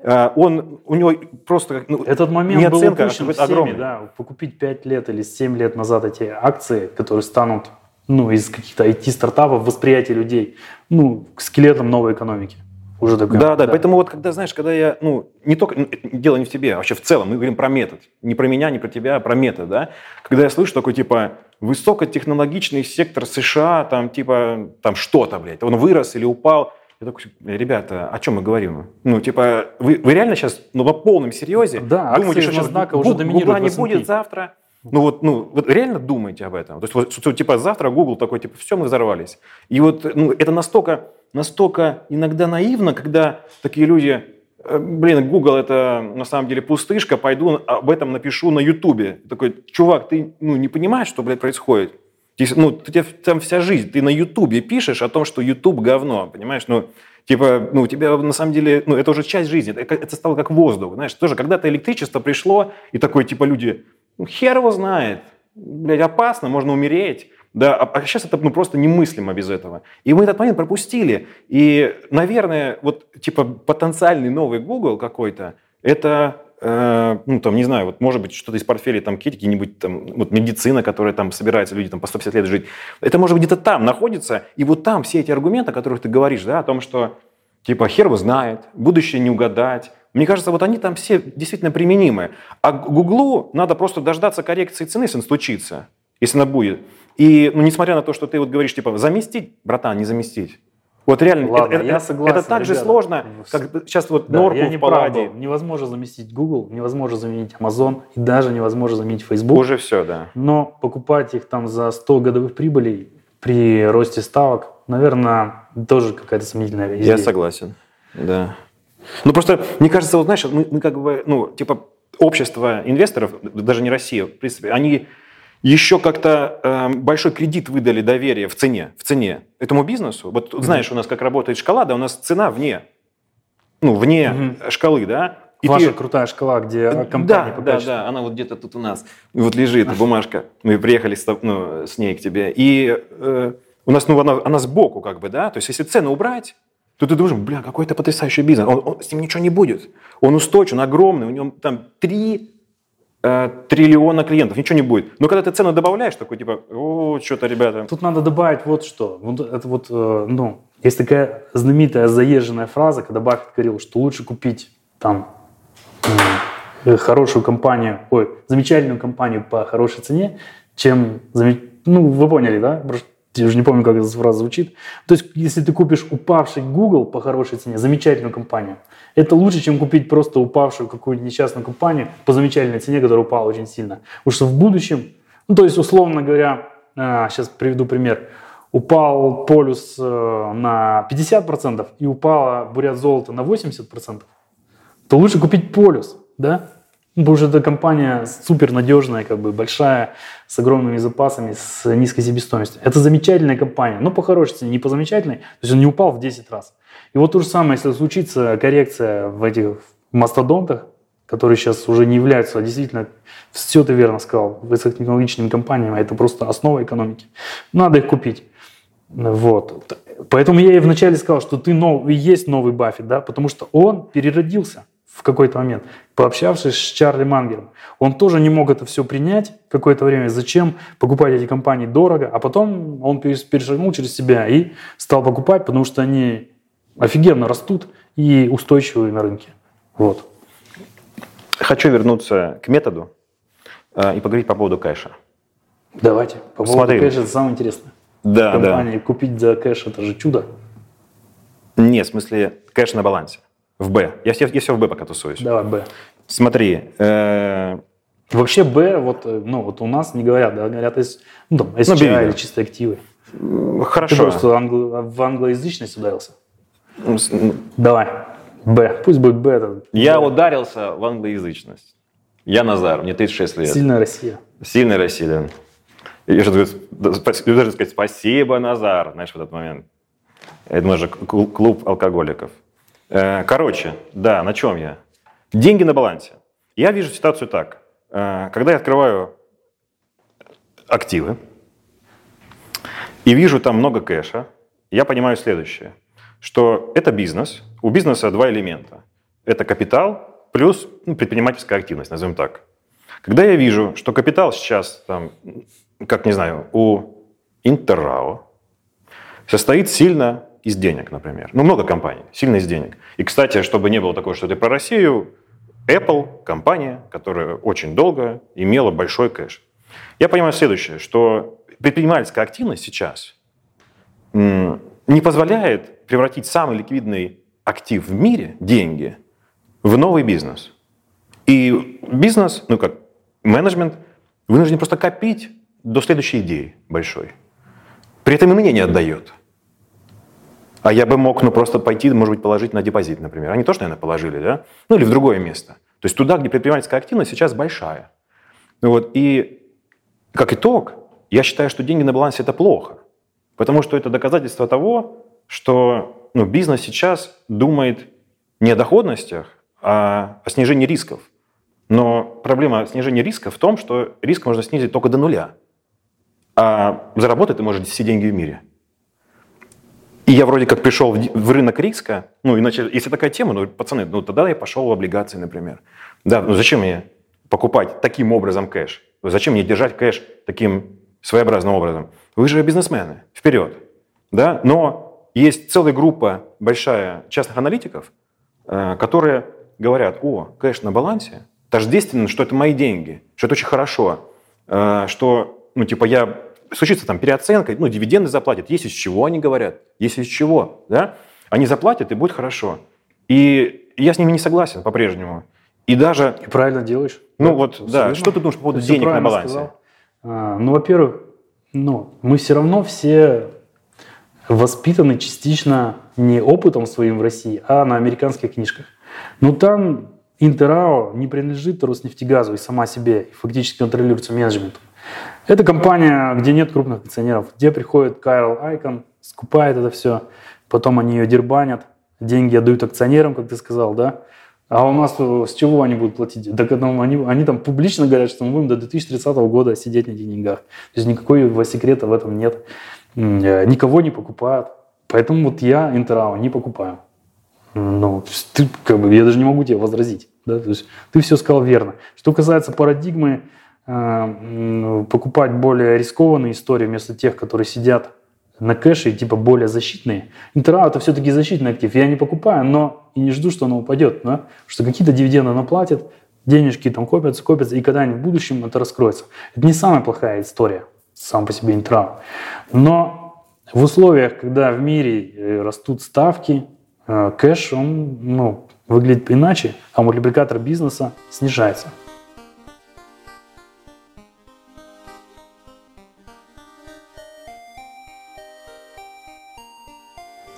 У него просто этот момент не был оценка, упущен всеми, да, покупить 5 лет или 7 лет назад эти акции, которые станут из каких-то IT-стартапов в восприятии людей, скелетом новой экономики. Уже такой, да, поэтому вот когда я, не только, дело не в тебе, а вообще в целом, мы говорим про метод, не про меня, не про тебя, а про метод, да, когда я слышу такой, высокотехнологичный сектор США, там что-то, блядь, он вырос или упал, я такой, ребята, о чем мы говорим? Вы реально сейчас, на полном серьезе думаете, что сейчас Гугла не будет завтра? Вот реально думаете об этом? То есть, завтра Google такой, все, мы взорвались. И это настолько иногда наивно, когда такие люди, Google это на самом деле пустышка, пойду об этом напишу на Ютубе. Такой, чувак, ты не понимаешь, что, происходит? Ты там вся жизнь, ты на Ютубе пишешь о том, что Ютуб говно, понимаешь? Тебя на самом деле, это уже часть жизни, это стало как воздух, знаешь, тоже когда-то электричество пришло, и такой, люди, хер его знает, блядь, опасно, можно умереть, да, а сейчас это просто немыслимо без этого. И мы этот момент пропустили, и, наверное, потенциальный новый Google какой-то, это... не знаю, может быть, что-то из портфеля какие-нибудь медицина, которая там собирается, люди по 150 лет жить. Это может быть где-то там находится, и там все эти аргументы, о которых ты говоришь, да, о том, что хер его знает, будущее не угадать. Мне кажется, они там все действительно применимы. А Гуглу надо просто дождаться коррекции цены, если она случится, если она будет. И, несмотря на то, что ты говоришь, заместить, братан, не заместить. Вот реально, ладно, я согласен, это так же сложно, как сейчас да, норку в Палладе. Невозможно заместить Google, невозможно заменить Amazon и даже невозможно заменить Facebook. Уже все, да. Но покупать их за 100 годовых прибылей при росте ставок, наверное, тоже какая-то сомнительная идея. Я согласен, да. Просто, мне кажется, мы общество инвесторов, даже не Россия, в принципе, они... еще как-то большой кредит выдали доверие в цене этому бизнесу. Вот знаешь, у нас как работает шкала, да, у нас цена вне шкалы, да. И ваша крутая шкала, где компания Да, она где-то тут у нас лежит, бумажка. Мы приехали с ней к тебе. И у нас, она сбоку да. То есть, если цену убрать, то ты думаешь, какой-то потрясающий бизнес. С ним ничего не будет. Он устойчив, он огромный, у него там 3 триллиона клиентов, ничего не будет. Но когда ты цену добавляешь, такой что-то, ребята. Тут надо добавить вот что. Есть такая знаменитая заезженная фраза, когда Баффет говорил, что лучше купить хорошую компанию, замечательную компанию по хорошей цене, чем, вы поняли, да? Я уже не помню, как эта фраза звучит. То есть, если ты купишь упавший Google по хорошей цене, замечательную компанию, это лучше, чем купить просто упавшую какую-нибудь несчастную компанию по замечательной цене, которая упала очень сильно. Потому что в будущем, условно говоря, сейчас приведу пример, упал полюс на 50% и упала бурят золото на 80%, то лучше купить полюс, да? Потому что эта компания супернадежная, как бы большая, с огромными запасами, с низкой себестоимостью. Это замечательная компания, но по хорошей цене, не по замечательной, то есть он не упал в 10 раз. И вот то же самое, если случится коррекция в этих мастодонтах, которые сейчас уже не являются, действительно, все ты верно сказал, высокотехнологичными компаниями, это просто основа экономики. Надо их купить. Вот. Поэтому я и вначале сказал, что ты есть новый Баффет, да, потому что он переродился в какой-то момент, пообщавшись с Чарли Мангером. Он тоже не мог это все принять какое-то время. Зачем покупать эти компании дорого? А потом он перешагнул через себя и стал покупать, потому что они офигенно растут и устойчивые на рынке. Вот. Хочу вернуться к методу и поговорить по поводу кэша. Давайте. По поводу кэша это самое интересное. Да, компании купить за кэш – это же чудо. Нет, в смысле кэш на балансе. В Б. Я все в Б пока тусуюсь. Давай, Б. Смотри. Вообще Б, вот у нас не говорят, да, говорят SCI или чистые активы. Хорошо. Ты просто в англоязычность ударился. Давай, Б. Пусть будет Б. Я ударился в англоязычность. Я Назар, мне 36 лет. Сильная Россия. Сильная Россия, да. И я даже сказать спасибо, Назар, знаешь, в этот момент. Это мы же клуб алкоголиков. Короче, да, на чем я? Деньги на балансе. Я вижу ситуацию так. Когда я открываю активы и вижу там много кэша, я понимаю следующее, что это бизнес. У бизнеса два элемента. Это капитал плюс предпринимательская активность, назовем так. Когда я вижу, что капитал сейчас, там, как не знаю, у Интеррао состоит сильно из денег, например. Много компаний, сильно из денег. И, кстати, чтобы не было такого, что ты про Россию, Apple – компания, которая очень долго имела большой кэш. Я понимаю следующее, что предпринимательская активность сейчас не позволяет превратить самый ликвидный актив в мире, деньги, в новый бизнес. И бизнес, как менеджмент, вынужден просто копить до следующей идеи большой. При этом и мне не отдает. А я бы мог просто пойти, может быть, положить на депозит, например. Они тоже, наверное, положили, да? Или в другое место. То есть туда, где предпринимательская активность сейчас большая. И как итог, я считаю, что деньги на балансе – это плохо. Потому что это доказательство того, что бизнес сейчас думает не о доходностях, а о снижении рисков. Но проблема снижения риска в том, что риск можно снизить только до нуля. А заработать ты можешь все деньги в мире. И я вроде как пришел в рынок риска, иначе, если такая тема, пацаны, тогда я пошел в облигации, например. Да, зачем мне покупать таким образом кэш? Зачем мне держать кэш таким своеобразным образом? Вы же бизнесмены, вперед. Да? Но есть целая группа большая частных аналитиков, которые говорят, кэш на балансе, тождественно, что это мои деньги, что это очень хорошо, что, я... Случится там переоценка, дивиденды заплатят. Есть из чего, они говорят. Есть из чего, да? Они заплатят, и будет хорошо. И я с ними не согласен по-прежнему. И даже... И правильно делаешь. Да. Что ты думаешь по поводу денег на балансе? Во-первых, мы все равно все воспитаны частично не опытом своим в России, а на американских книжках. Там Интеррао не принадлежит Роснефтегазу и сама себе, и фактически контролируется менеджментом. Это компания, где нет крупных акционеров, где приходит Кайл Айкон, скупает это все, потом они ее дербанят, деньги отдают акционерам, как ты сказал, да? А у нас с чего они будут платить? Так они там публично говорят, что мы будем до 2030 года сидеть на этих деньгах. То есть никакого секрета в этом нет. Никого не покупают. Поэтому я Интеррао не покупаю. Я даже не могу тебе возразить. Да? То есть ты все сказал верно. Что касается парадигмы, покупать более рискованные истории вместо тех, которые сидят на кэше и более защитные. Интеррао – это все-таки защитный актив. Я не покупаю, но и не жду, что оно упадет. Да? Что какие-то дивиденды оно платит, денежки там копятся, и когда-нибудь в будущем это раскроется. Это не самая плохая история сам по себе Интеррао. Но в условиях, когда в мире растут ставки, кэш, он выглядит иначе, а мультипликатор бизнеса снижается.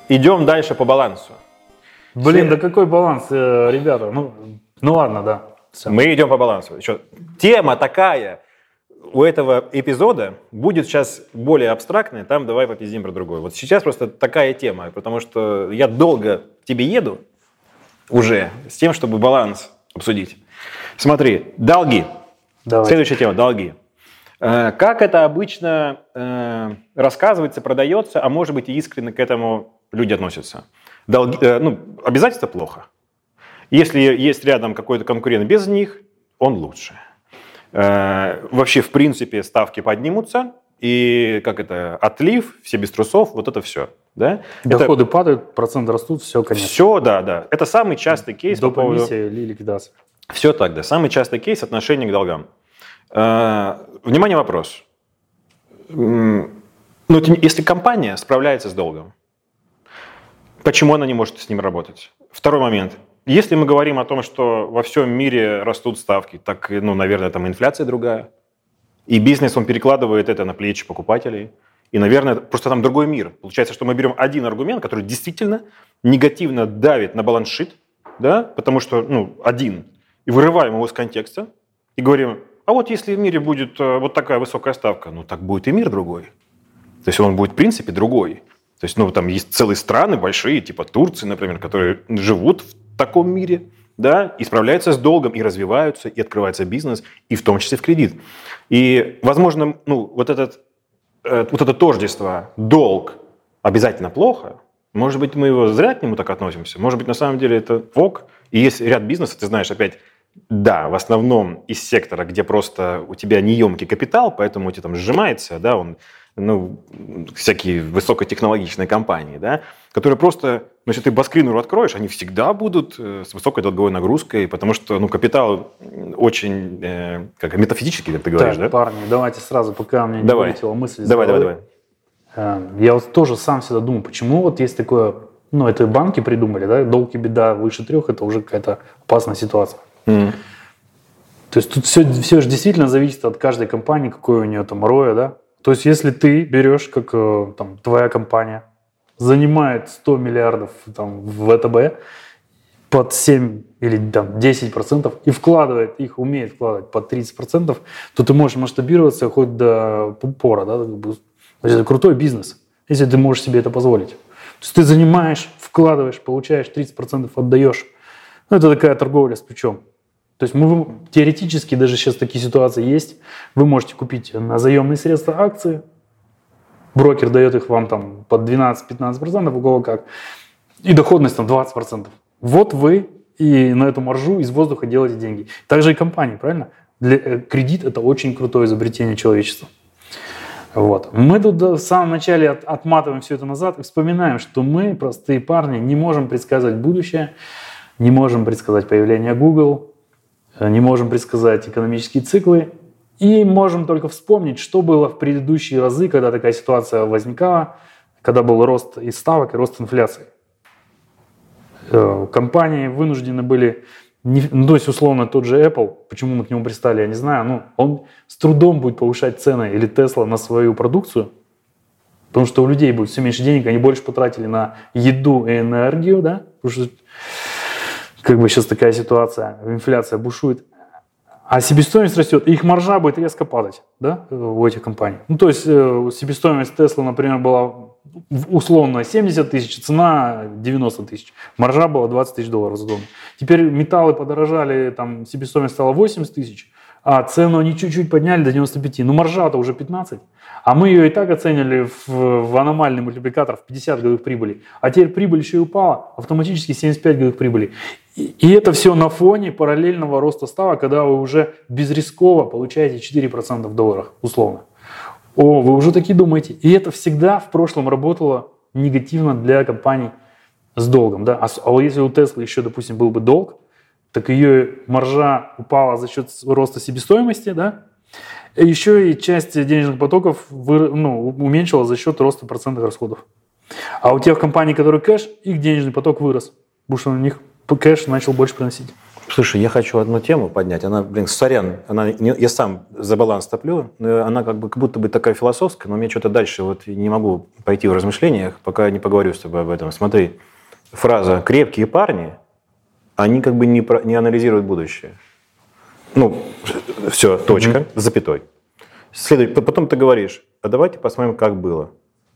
идем дальше по балансу. Блин, да какой баланс, ребята? Ну ладно, да. Все. Мы идем по балансу. Еще тема такая у этого эпизода будет сейчас более абстрактная, там давай попиздим про другое. Вот сейчас просто такая тема, потому что я долго к тебе еду уже с тем, чтобы баланс обсудить. Смотри, долги. Давай. Следующая тема – долги. Как это обычно рассказывается, продается, а может быть и искренне к этому люди относятся? Долги, обязательства плохо. Если есть рядом какой-то конкурент без них, он лучше. Вообще, в принципе, ставки поднимутся, и отлив, все без трусов, вот это все. Да? Доходы падают, проценты растут, все, конечно. Все, да. Это самый частый кейс. До комиссии или ликвидации. Все так, да. Самый частый кейс отношения к долгам. Внимание, вопрос. Если компания справляется с долгом, почему она не может с ним работать? Второй момент. Если мы говорим о том, что во всем мире растут ставки, так, наверное, там инфляция другая. И бизнес, он перекладывает это на плечи покупателей. И, наверное, просто там другой мир. Получается, что мы берем один аргумент, который действительно негативно давит на баланс-шит, да, потому что, один, и вырываем его из контекста, и говорим, а вот если в мире будет вот такая высокая ставка, так будет и мир другой. То есть он будет, в принципе, другой. То есть, там есть целые страны большие, типа Турции, например, которые живут в таком мире, да, и справляются с долгом, и развиваются, и открывается бизнес, и в том числе в кредит. И, возможно, вот это тождество, долг обязательно плохо. Может быть, мы его зря к нему так относимся. Может быть, на самом деле это ок. И есть ряд бизнесов, ты знаешь, опять, да, в основном из сектора, где просто у тебя неемкий капитал, поэтому у тебя там сжимается, да, всякие высокотехнологичные компании, да, которые просто, если ты Баскринеру откроешь, они всегда будут с высокой долговой нагрузкой, потому что, капитал очень, метафизический, как ты говоришь, так, да? Парни, давайте сразу, пока мне не вылетела мысль. Давай. Я вот тоже сам всегда думаю, почему вот есть такое, это банки придумали, да, долг и беда выше 3, это уже какая-то опасная ситуация. То есть тут все же действительно зависит от каждой компании, какой у нее там ROE, да. То есть если ты берешь, как там твоя компания занимает 100 миллиардов там, в ВТБ под 7 или там, 10% и вкладывает их, умеет вкладывать под 30%, то ты можешь масштабироваться хоть до упора. Да? То есть это крутой бизнес, если ты можешь себе это позволить. То есть ты занимаешь, вкладываешь, получаешь 30%, отдаешь. Это такая торговля с плечом. То есть теоретически даже сейчас такие ситуации есть. Вы можете купить на заемные средства акции, брокер дает их вам там под 12-15%, у кого как, и доходность там 20%. Вот вы и на эту маржу из воздуха делаете деньги. Также и компании, правильно? Кредит – это очень крутое изобретение человечества. Вот. Мы тут в самом начале отматываем все это назад и вспоминаем, что мы, простые парни, не можем предсказать будущее, не можем предсказать появление Google, не можем предсказать экономические циклы и можем только вспомнить, что было в предыдущие разы, когда такая ситуация возникала, когда был рост и ставок, и рост инфляции. Компании вынуждены были, то есть условно тот же Apple, почему мы к нему пристали, я не знаю, он с трудом будет повышать цены или Tesla на свою продукцию, потому что у людей будет все меньше денег, они больше потратили на еду и энергию, да, потому что сейчас такая ситуация, инфляция бушует, а себестоимость растет, и их маржа будет резко падать, да, у этих компаний. То есть себестоимость Tesla, например, была условно 70 тысяч, цена 90 тысяч, маржа была $20 тысяч за тонну. Теперь металлы подорожали, там себестоимость стала 80 тысяч, а цену они чуть-чуть подняли до 95, маржа-то уже 15, а мы ее и так оценили в аномальный мультипликатор в 50 годовых прибыли, а теперь прибыль еще и упала, автоматически 75 годовых прибыли. И это все на фоне параллельного роста ставок, когда вы уже безрисково получаете 4% в долларах, условно. Вы уже такие думаете. И это всегда в прошлом работало негативно для компаний с долгом. Да? А если у Tesla еще, допустим, был бы долг, так ее маржа упала за счет роста себестоимости, да? И еще и часть денежных потоков уменьшилась за счет роста процентных расходов. А у тех компаний, которые кэш, их денежный поток вырос, потому что у них кэш начал больше приносить. Слушай, я хочу одну тему поднять. Она, сорян, я сам за баланс топлю, но она как будто бы такая философская, но мне что-то дальше вот не могу пойти в размышлениях, пока не поговорю с тобой об этом. Смотри, фраза «крепкие парни», они как бы не анализируют будущее. Ну, все, точка, с запятой. Потом ты говоришь, а давайте посмотрим, как было.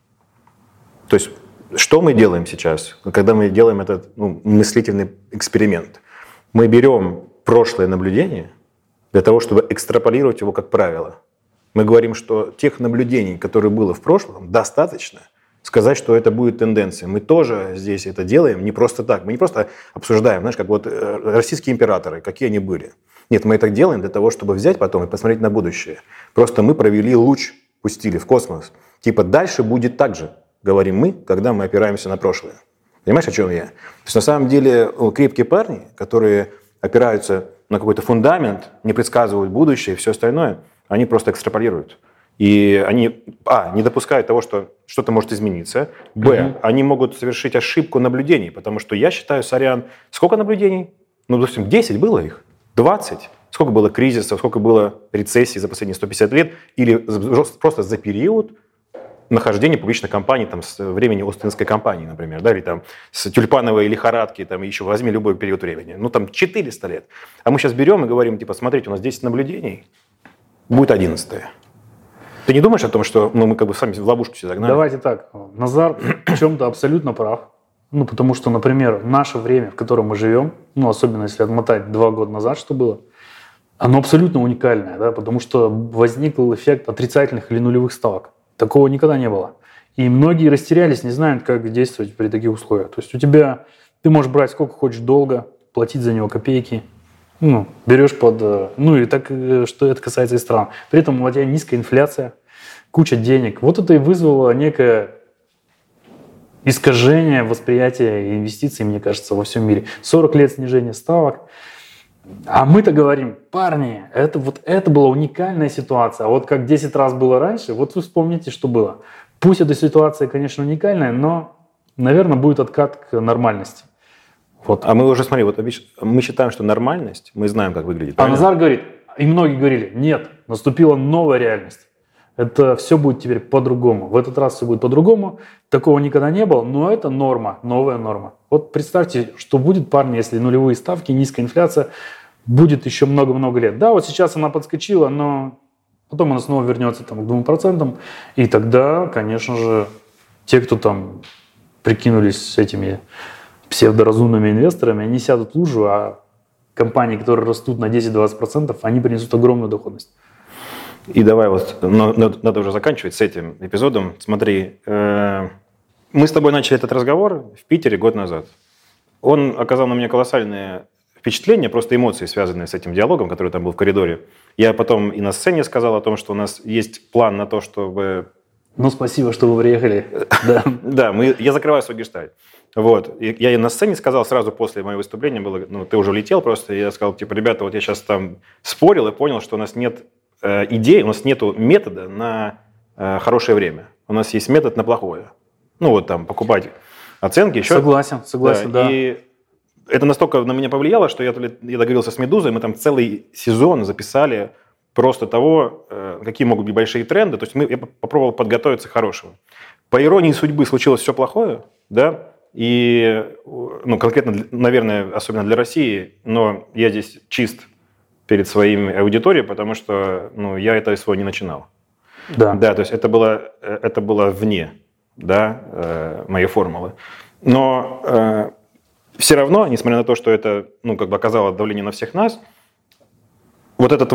То есть, что мы делаем сейчас, когда мы делаем этот мыслительный эксперимент? Мы берем прошлое наблюдение для того, чтобы экстраполировать его как правило. Мы говорим, что тех наблюдений, которые было в прошлом, достаточно сказать, что это будет тенденция. Мы тоже здесь это делаем не просто так. Мы не просто обсуждаем, знаешь, как вот российские императоры, какие они были. Нет, мы это делаем для того, чтобы взять потом и посмотреть на будущее. Просто мы провели луч, пустили в космос. Типа дальше будет так же, говорим мы, когда мы опираемся на прошлое. Понимаешь, о чем я? То есть на самом деле крепкие парни, которые опираются на какой-то фундамент, не предсказывают будущее и все остальное, они просто экстраполируют. И они, не допускают того, что что-то может измениться, они могут совершить ошибку наблюдений, потому что я считаю, сорян, сколько наблюдений? Допустим, 10 было их, 20. Сколько было кризисов, сколько было рецессий за последние 150 лет, или просто за период нахождения публичной компании там, с времени Остинской кампании, например, да, или там, с тюльпановой лихорадки, там, еще возьми любой период времени. Там 400 лет. А мы сейчас берем и говорим, типа, смотрите, у нас 10 наблюдений, будет 11-е. Ты не думаешь о том, что мы как бы сами в ловушку все загнали? Давайте так. Назар в чем-то абсолютно прав. Потому что, например, наше время, в котором мы живем, особенно если отмотать 2 года назад, что было, оно абсолютно уникальное, да, потому что возникл эффект отрицательных или нулевых ставок. Такого никогда не было. И многие растерялись, не знают, как действовать при таких условиях. То есть ты можешь брать сколько хочешь долго, платить за него копейки, берешь и так, что это касается и стран. При этом у тебя низкая инфляция, куча денег. Вот это и вызвало некое искажение восприятия инвестиций, мне кажется, во всем мире. 40 лет снижения ставок. А мы-то говорим, парни, это была уникальная ситуация. А вот как 10 раз было раньше, вот вы вспомните, что было. Пусть эта ситуация, конечно, уникальная, но, наверное, будет откат к нормальности. Вот. А мы уже, смотри, мы считаем, что нормальность, мы знаем, как выглядит. А Назар говорит, и многие говорили, нет, наступила новая реальность. Это все будет теперь по-другому. В этот раз все будет по-другому. Такого никогда не было, но это норма, новая норма. Вот представьте, что будет, парни, если нулевые ставки, низкая инфляция, будет еще много-много лет. Да, вот сейчас она подскочила, но потом она снова вернется к 2%. И тогда, конечно же, те, кто там прикинулись этими псевдоразумными инвесторами, они сядут в лужу, а компании, которые растут на 10-20%, они принесут огромную доходность. И давай надо уже заканчивать с этим эпизодом. Смотри, мы с тобой начали этот разговор в Питере год назад. Он оказал на меня колоссальное впечатление, просто эмоции, связанные с этим диалогом, который там был в коридоре. Я потом и на сцене сказал о том, что у нас есть план на то, чтобы... Спасибо, что вы приехали. Да, я закрываю свой гештальт. Вот. Я и на сцене сказал сразу после моего выступления, ты уже улетел просто, и я сказал, ребята, вот я сейчас там спорил и понял, что у нас нет идеи, у нас нет метода на хорошее время. У нас есть метод на плохое. Покупать оценки. Еще. Согласен, да. И это настолько на меня повлияло, что я договорился с «Медузой», мы там целый сезон записали просто того, какие могут быть большие тренды. То есть я попробовал подготовиться к хорошему. По иронии судьбы случилось все плохое, да, и конкретно, наверное, особенно для России, но я здесь чист перед своей аудиторией, потому что я это СВО не начинал. Да, то есть это было вне, да, моей формулы. Но все равно, несмотря на то, что это оказало давление на всех нас, вот этот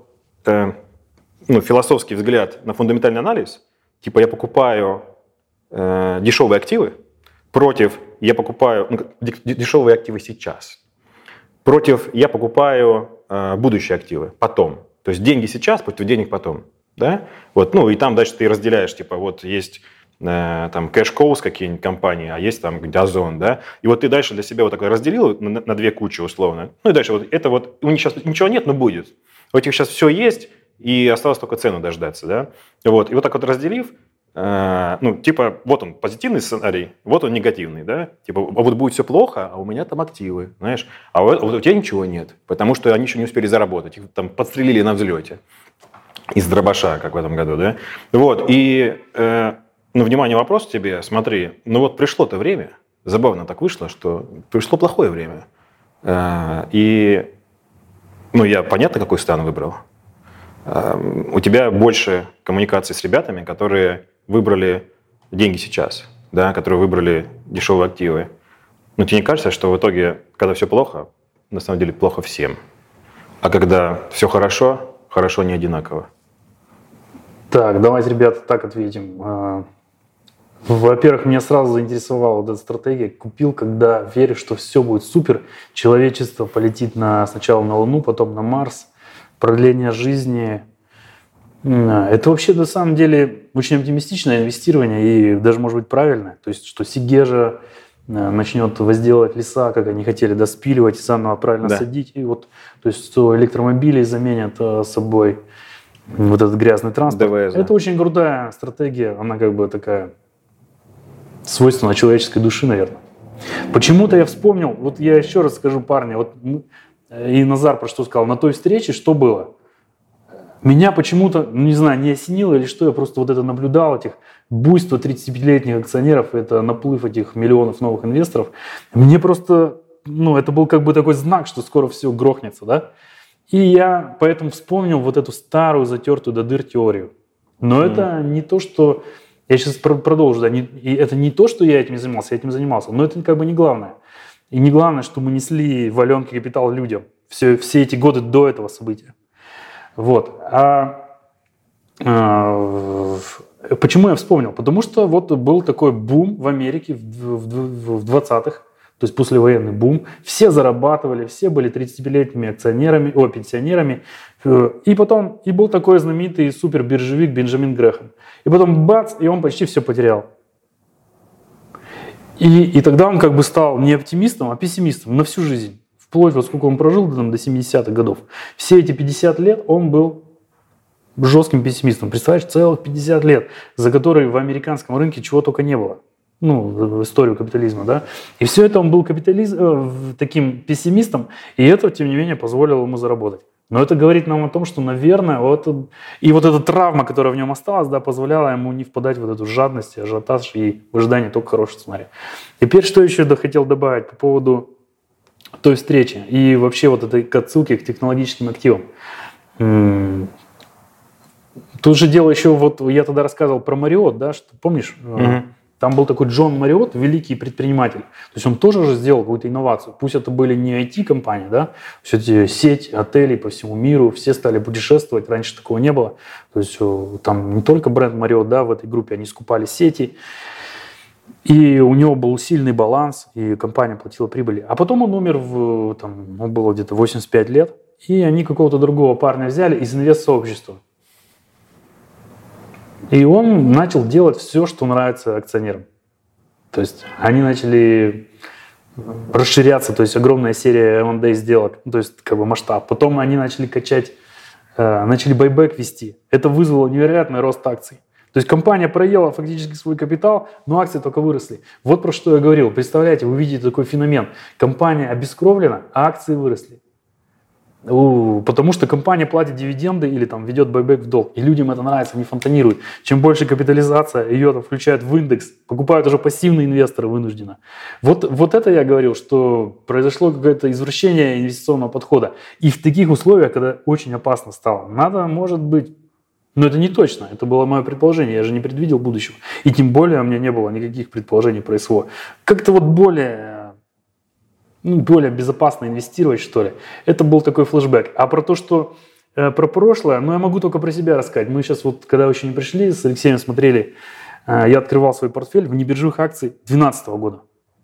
философский взгляд на фундаментальный анализ, я покупаю дешевые активы, против я покупаю дешевые активы сейчас, против я покупаю будущие активы потом. То есть деньги сейчас против денег потом. Да? И там дальше ты разделяешь, есть там кэш-коус какие-нибудь компании, а есть там Озон, да, и ты дальше для себя так разделил на 2 кучи условно, и дальше у них сейчас ничего нет, но будет. У этих сейчас все есть, и осталось только цену дождаться, да, и так разделив, типа, вот он позитивный сценарий, вот он негативный, да? Типа, вот будет все плохо, а у меня там активы, знаешь? А вот у тебя ничего нет, потому что они еще не успели заработать, их там подстрелили на взлете из дробаша, как в этом году, да? Вот, и, внимание, вопрос тебе, смотри, вот пришло-то время, забавно так вышло, что пришло плохое время, и, я понятно, какой стан выбрал. У тебя больше коммуникаций с ребятами, которые выбрали деньги сейчас, да, которые выбрали дешевые активы. Но тебе не кажется, что в итоге, когда все плохо, на самом деле плохо всем? А когда все хорошо, хорошо не одинаково? Так, давайте, ребята, так ответим. Во-первых, меня сразу заинтересовала вот эта стратегия. Купил, когда веришь, что все будет супер. Человечество полетит сначала на Луну, потом на Марс. Продление жизни. Это вообще на самом деле очень оптимистичное инвестирование и даже может быть правильное. То есть, что Сигежа начнет возделывать леса, как они хотели, доспиливать и заново правильно садить. И вот, то есть, что электромобили заменят собой вот этот грязный транспорт. ДВС, да. Это очень крутая стратегия. Она как бы такая свойственна человеческой души, наверное. Почему-то я вспомнил, вот я еще раз скажу, парни, вот и Назар про что сказал, на той встрече что было? Меня почему-то, не знаю, не осенило или что, я просто вот это наблюдал, этих буйство 35-летних акционеров, это наплыв этих миллионов новых инвесторов. Мне просто, это был как бы такой знак, что скоро все грохнется, да? И я поэтому вспомнил вот эту старую, затертую до дыр теорию. Но это не то, что... Я сейчас продолжу, да, и это не то, что я этим занимался, но это как бы не главное. И не главное, что мы несли валенки капитал людям все эти годы до этого события. Вот. Почему я вспомнил? Потому что вот был такой бум в Америке в 20-х, то есть послевоенный бум. Все зарабатывали, все были 35-летними пенсионерами. И потом был такой знаменитый супербиржевик Бенджамин Грэхэм. И потом бац, и он почти все потерял. И тогда он как бы стал не оптимистом, а пессимистом на всю жизнь. Вплоть вот сколько он прожил до 70-х годов. Все эти 50 лет он был жестким пессимистом. Представляешь, целых 50 лет, за которые в американском рынке чего только не было. В историю капитализма, да. И все это он был таким пессимистом, и это, тем не менее, позволило ему заработать. Но это говорит нам о том, что, наверное, вот эта травма, которая в нем осталась, да, позволяла ему не впадать в эту жадность, ажиотаж и в ожидании только хорошего сценария. Теперь, что еще хотел добавить по поводу той встречи и вообще вот этой отсылки к технологическим активам. Тут же дело еще, вот я тогда рассказывал про Marriott, да, что помнишь? Там был такой Джон Марриотт, великий предприниматель. То есть он тоже же сделал какую-то инновацию. Пусть это были не IT-компании, да, все эти сеть отелей по всему миру, все стали путешествовать, раньше такого не было. То есть там не только бренд Marriott, да, в этой группе, они скупали сети. И у него был сильный баланс, и компания платила прибыли. А потом он умер, ему было где-то 85 лет, и они какого-то другого парня взяли из инвест-сообщества. И он начал делать все, что нравится акционерам. То есть они начали расширяться, то есть огромная серия M&A сделок, то есть как бы масштаб. Потом они начали начали байбек вести. Это вызвало невероятный рост акций. То есть компания проела фактически свой капитал, но акции только выросли. Вот про что я говорил. Представляете, вы видите такой феномен. Компания обескровлена, а акции выросли. Потому что компания платит дивиденды или там ведет байбек в долг. И людям это нравится, они фонтанируют. Чем больше капитализация, ее там включают в индекс, покупают уже пассивные инвесторы вынужденно. Вот это я говорил, что произошло какое-то извращение инвестиционного подхода. И в таких условиях, когда очень опасно стало, надо, может быть, но это не точно, это было мое предположение, я же не предвидел будущего. И тем более у меня не было никаких предположений про СВО. Как-то вот более безопасно инвестировать, что ли. Это был такой флешбэк. А про то, что про прошлое, я могу только про себя рассказать. Мы сейчас вот, когда еще не пришли, с Алексеем смотрели, я открывал свой портфель в небиржевых акций 2012 года.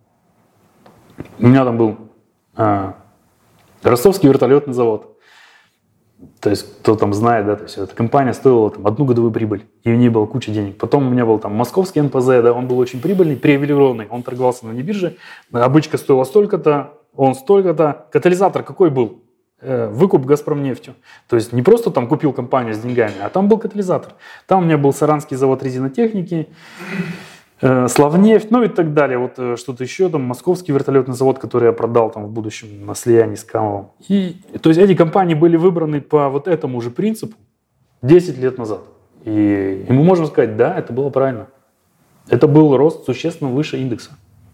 У меня там был Ростовский вертолетный завод. То есть, кто там знает, да, то есть эта компания стоила там 1 годовую прибыль, и у нее была куча денег. Потом у меня был там московский НПЗ, да, он был очень прибыльный, привилегированный, он торговался на небирже, обычка стоила столько-то, он столько-то. Катализатор какой был? выкуп «Газпромнефтью». То есть не просто там купил компанию с деньгами, а там был катализатор. Там у меня был Саранский завод резинотехники, Славнефть, ну и так далее. Вот что-то еще, там Московский вертолетный завод, который я продал там в будущем на слиянии с Камовым. И, то есть эти компании были выбраны по вот этому же принципу 10 лет назад. И мы можем сказать, да, это было правильно. Это был рост существенно выше индекса.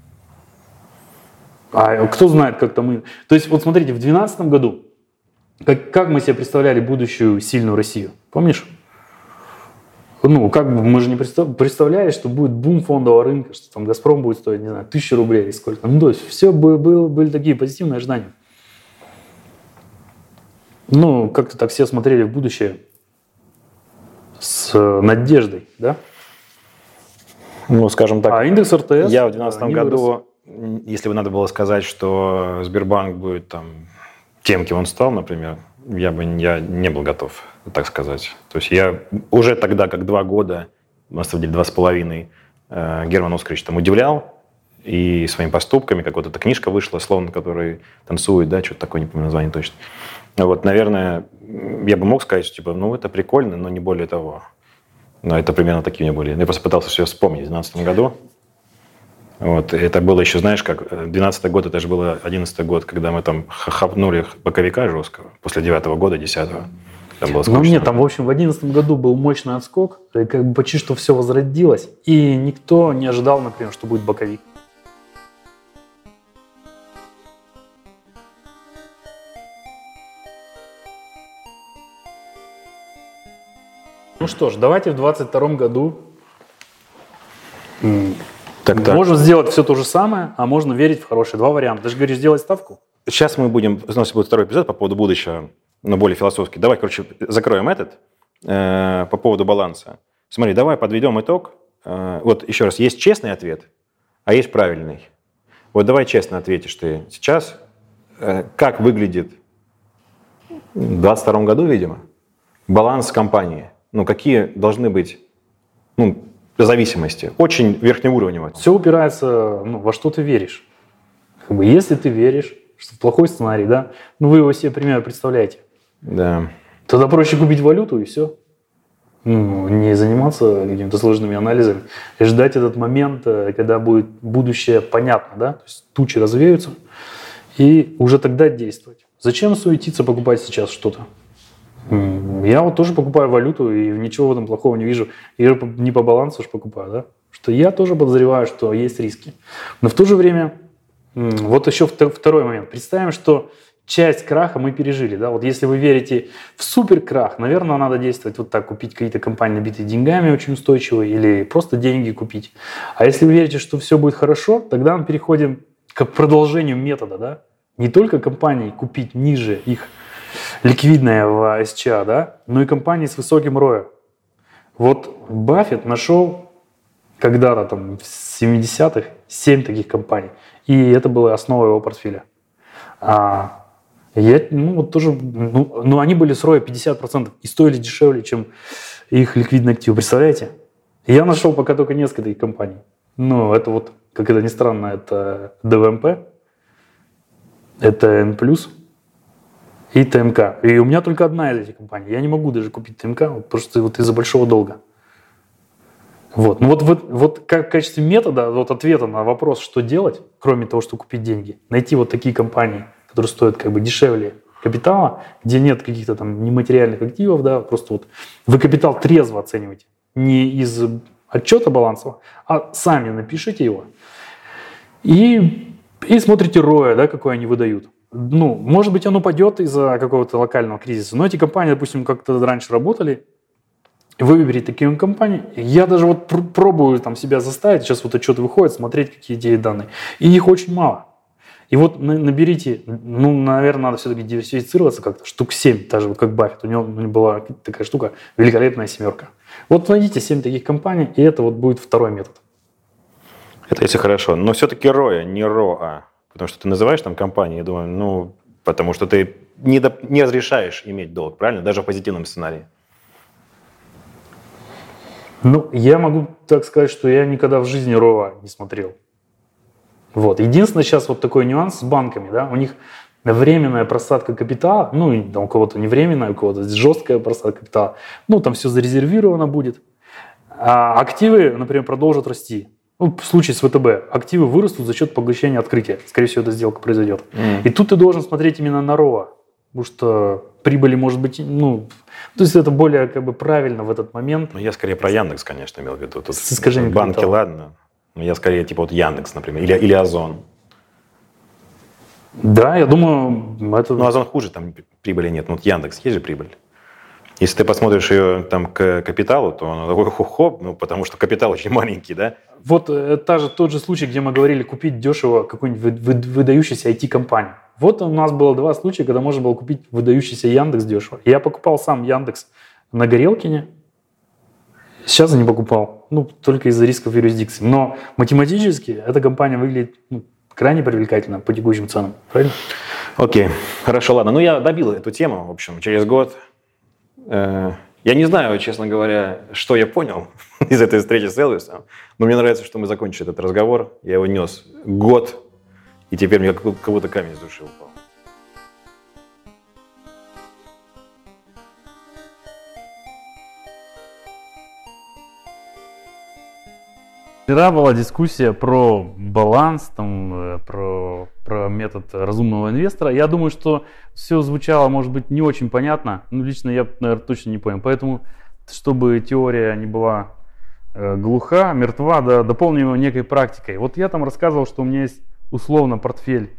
А кто знает, как там мы... То есть вот смотрите, в 2012 году, как мы себе представляли будущую сильную Россию? Помнишь? Ну, как бы мы же не представляли, что будет бум фондового рынка, что там «Газпром» будет стоить, не знаю, 1000 рублей или сколько. Ну, то есть все были такие позитивные ожидания. Ну, как-то так все смотрели в будущее с надеждой, да? Ну, скажем так, а индекс РТС... Я в 2012 году, если бы надо было сказать, что Сбербанк будет там тем, кем он стал, например, я не был готов, так сказать. То есть я уже тогда, как 2 года, на самом деле 2,5, Герман Оскарович там удивлял и своими поступками, как вот эта книжка вышла, словно который танцует, да, что-то такое, не помню название точно. Вот, наверное, я бы мог сказать, что типа, ну, это прикольно, но не более того. Но это примерно такие у меня были. Я просто пытался все вспомнить в 2012 году. Вот, это было еще, знаешь, как 12 год, это же был 11 год, когда мы там хапнули боковика жесткого, после 9 года, 10-го. Там было скучно. Ну нет, там, в общем, в 2011 году был мощный отскок, и как бы почти что все возродилось, и никто не ожидал, например, что будет боковик. Ну что ж, давайте в 2022 году можно сделать все то же самое, а можно верить в хорошие. 2 варианта. Ты же говоришь, сделать ставку? Сейчас мы будем, у нас будет 2-й эпизод по поводу будущего, но более философский. Давай, короче, закроем этот по поводу баланса. Смотри, давай подведем итог. Вот еще раз, есть честный ответ, а есть правильный. Вот давай честно ответишь ты сейчас, как выглядит в 2022 году, видимо, баланс компании. Ну, какие должны быть зависимости? Очень верхнеуровневые. Все упирается, во что ты веришь. Как бы, если ты веришь, что плохой сценарий, да, вы его себе примерно представляете. Да. Тогда проще купить валюту и все. Не заниматься какими-то сложными анализами. И ждать этот момент, когда будет будущее понятно, да, то есть тучи развеются, и уже тогда действовать. Зачем суетиться, покупать сейчас что-то? Я вот тоже покупаю валюту, и ничего в этом плохого не вижу. Я не по балансу же покупаю, да? Что я тоже подозреваю, что есть риски. Но в то же время, вот еще второй момент. Представим, что часть краха мы пережили, да? Вот если вы верите в суперкрах, наверное, надо действовать вот так, купить какие-то компании, набитые деньгами, очень устойчивые, или просто деньги купить. А если вы верите, что все будет хорошо, тогда мы переходим к продолжению метода, да? Не только компании купить ниже их ликвидная в СЧА, да, но и компании с высоким ROE. Вот Баффет нашел когда-то там в 70-х 7 таких компаний, и это была основа его портфеля. Они были с ROE 50% и стоили дешевле, чем их ликвидный актив. Представляете? Я нашел пока только несколько таких компаний. Это вот, как это ни странно, это ДВМП, это N+, и ТМК. И у меня только одна из этих компаний. Я не могу даже купить ТМК, просто из-за большого долга. Вот как в качестве метода, ответа на вопрос, что делать, кроме того, что купить деньги, найти вот такие компании, которые стоят как бы дешевле капитала, где нет каких-то там нематериальных активов, да, просто вы капитал трезво оцениваете. Не из отчета балансового, а сами напишите его. И смотрите ROE, да, какой они выдают. Может быть, он упадет из-за какого-то локального кризиса, но эти компании, допустим, как-то раньше работали, вы выберите такие компании. Я даже пробую себя заставить, сейчас отчет выходит, смотреть, какие идеи данные. И их очень мало. И наберите, наверное, надо все-таки диверсифицироваться как-то, штук 7, даже как Баффет, у него была такая штука, великолепная 7. Найдите 7 таких компаний, и это будет второй метод. Это если хорошо, но все-таки ROE, не ROA. Потому что ты называешь там компании, я думаю, потому что ты не разрешаешь иметь долг, правильно? Даже в позитивном сценарии. Я могу так сказать, что я никогда в жизни ROA не смотрел. Единственное, сейчас такой нюанс с банками, да, у них временная просадка капитала, ну, и там у кого-то не временная, у кого-то жесткая просадка капитала, ну, там все зарезервировано будет. А активы, например, продолжат расти. Ну, в случае с ВТБ, активы вырастут за счет поглощения открытия. Скорее всего, эта сделка произойдет. И тут ты должен смотреть именно на РОА, потому что прибыли может быть, ну, то есть это более как бы правильно в этот момент. Ну, я скорее про Яндекс, конечно, имел в виду. Тут с искажением банки, капитала. ладно. Но я скорее типа вот Яндекс, например, или Озон. Да, я думаю, это... Ну, Озон хуже, там прибыли нет. Ну, вот Яндекс, есть же прибыль. Если ты посмотришь ее там к капиталу, то он такой хо-хо, ну, потому что капитал очень маленький, да? Вот тот же случай, где мы говорили купить дешево какую-нибудь выдающуюся IT-компанию. Вот у нас было 2 случая, когда можно было купить выдающийся Яндекс дешево. Я покупал сам Яндекс на Горелкине. Сейчас я не покупал. Ну, только из-за рисков юрисдикции. Но математически эта компания выглядит крайне привлекательно по текущим ценам. Правильно? Окей, хорошо, ладно. Ну, я добил эту тему, в общем, через год. Я не знаю, честно говоря, что я понял из этой встречи с Элвисом, но мне нравится, что мы закончили этот разговор. Я его нес год, и теперь мне как будто камень с души упал. Вчера была дискуссия про баланс, там, про метод разумного инвестора. Я думаю, что все звучало, может быть, не очень понятно. Ну, лично я, наверное, точно не понял. Поэтому, чтобы теория не была глуха, мертва, да, дополним его некой практикой. Вот я там рассказывал, что у меня есть условно портфель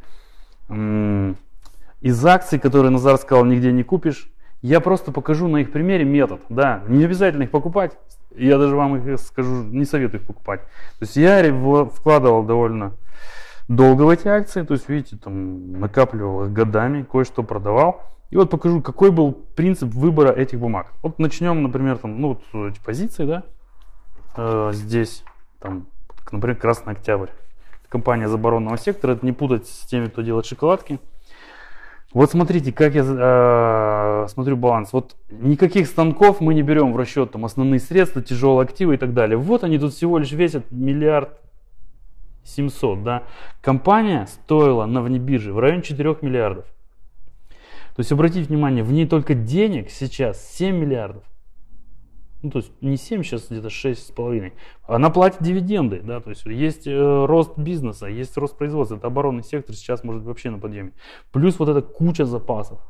из акций, которые Назар сказал, нигде не купишь. Я просто покажу на их примере метод. Да, не обязательно их покупать. Я даже вам их скажу, не советую их покупать. То есть я вкладывал довольно долго в эти акции. То есть, видите, там накапливал их годами, кое-что продавал. И вот покажу, какой был принцип выбора этих бумаг. Вот начнем, например, там, ну, вот эти позиции, да. Здесь, там, например, Красный Октябрь. Компания из оборонного сектора. Это не путать с теми, кто делает шоколадки. Вот смотрите, как я смотрю баланс. Вот никаких станков мы не берем в расчет, там основные средства, тяжелые активы и так далее. Вот они тут всего лишь весят 1 700 000 000, да. Компания стоила на внебирже в районе 4 миллиардов. То есть обратите внимание, в ней только денег сейчас 7 миллиардов. Ну, то есть не 7, сейчас где-то 6,5. Она платит дивиденды, да, то есть есть рост бизнеса, есть рост производства. Это оборонный сектор сейчас может вообще на подъеме. Плюс вот эта куча запасов.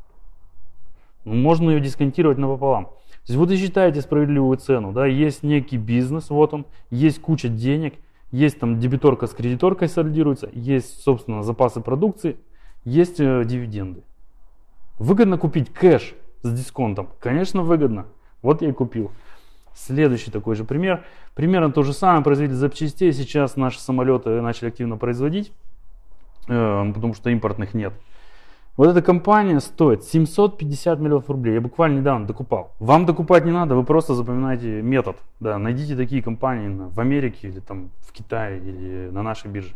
Можно ее дисконтировать напополам. То есть вот и считаете справедливую цену, да, есть некий бизнес, вот он, есть куча денег, есть там дебиторка с кредиторкой сольдируется, есть, собственно, запасы продукции, есть дивиденды. Выгодно купить кэш с дисконтом? Конечно, выгодно. Вот я и купил. Следующий такой же пример. Примерно то же самое. Производитель запчастей. Сейчас наши самолеты начали активно производить, потому что импортных нет. Вот эта компания стоит 750 миллионов рублей. Я буквально недавно докупал. Вам докупать не надо, вы просто запоминайте метод. Да, найдите такие компании в Америке или там в Китае или на нашей бирже.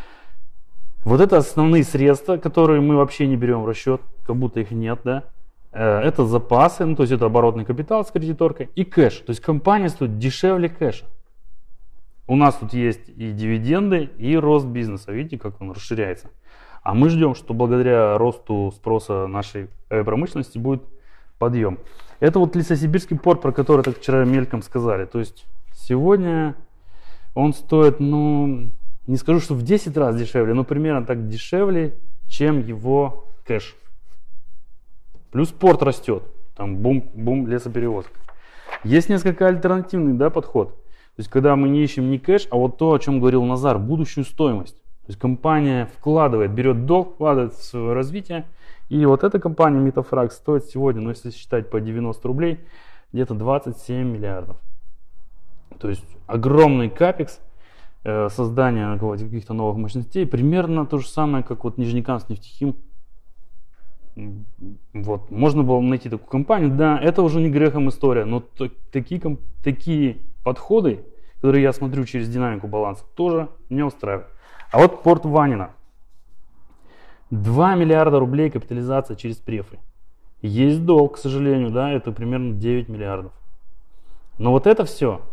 Вот это основные средства, которые мы вообще не берем в расчет, как будто их нет, да. Это запасы, ну, то есть это оборотный капитал с кредиторкой и кэш. То есть компания стоит дешевле кэша. У нас тут есть и дивиденды, и рост бизнеса. Видите, как он расширяется. А мы ждем, что благодаря росту спроса нашей промышленности будет подъем. Это вот Лесосибирский порт, про который так вчера мельком сказали. То есть сегодня он стоит, ну, не скажу, что в 10 раз дешевле, но примерно так дешевле, чем его кэш. Плюс порт растет, там бум лесоперевозок. Есть несколько альтернативный, да, подход. То есть когда мы не ищем не кэш, а вот то, о чем говорил Назар, будущую стоимость. То есть компания вкладывает, берет долг, вкладывает в свое развитие. И вот эта компания Метафраг стоит сегодня, ну если считать по 90 рублей, где-то 27 миллиардов. То есть огромный капекс, создание каких-то новых мощностей. Примерно то же самое, как вот Нижнекамск нефтехим. Вот, можно было найти такую компанию. Да, это уже не грехом история, но такие подходы, которые я смотрю через динамику баланса, тоже не устраивают. А вот порт Ванина. 2 миллиарда рублей капитализация через префы. Есть долг, к сожалению, да, это примерно 9 миллиардов. Но вот это все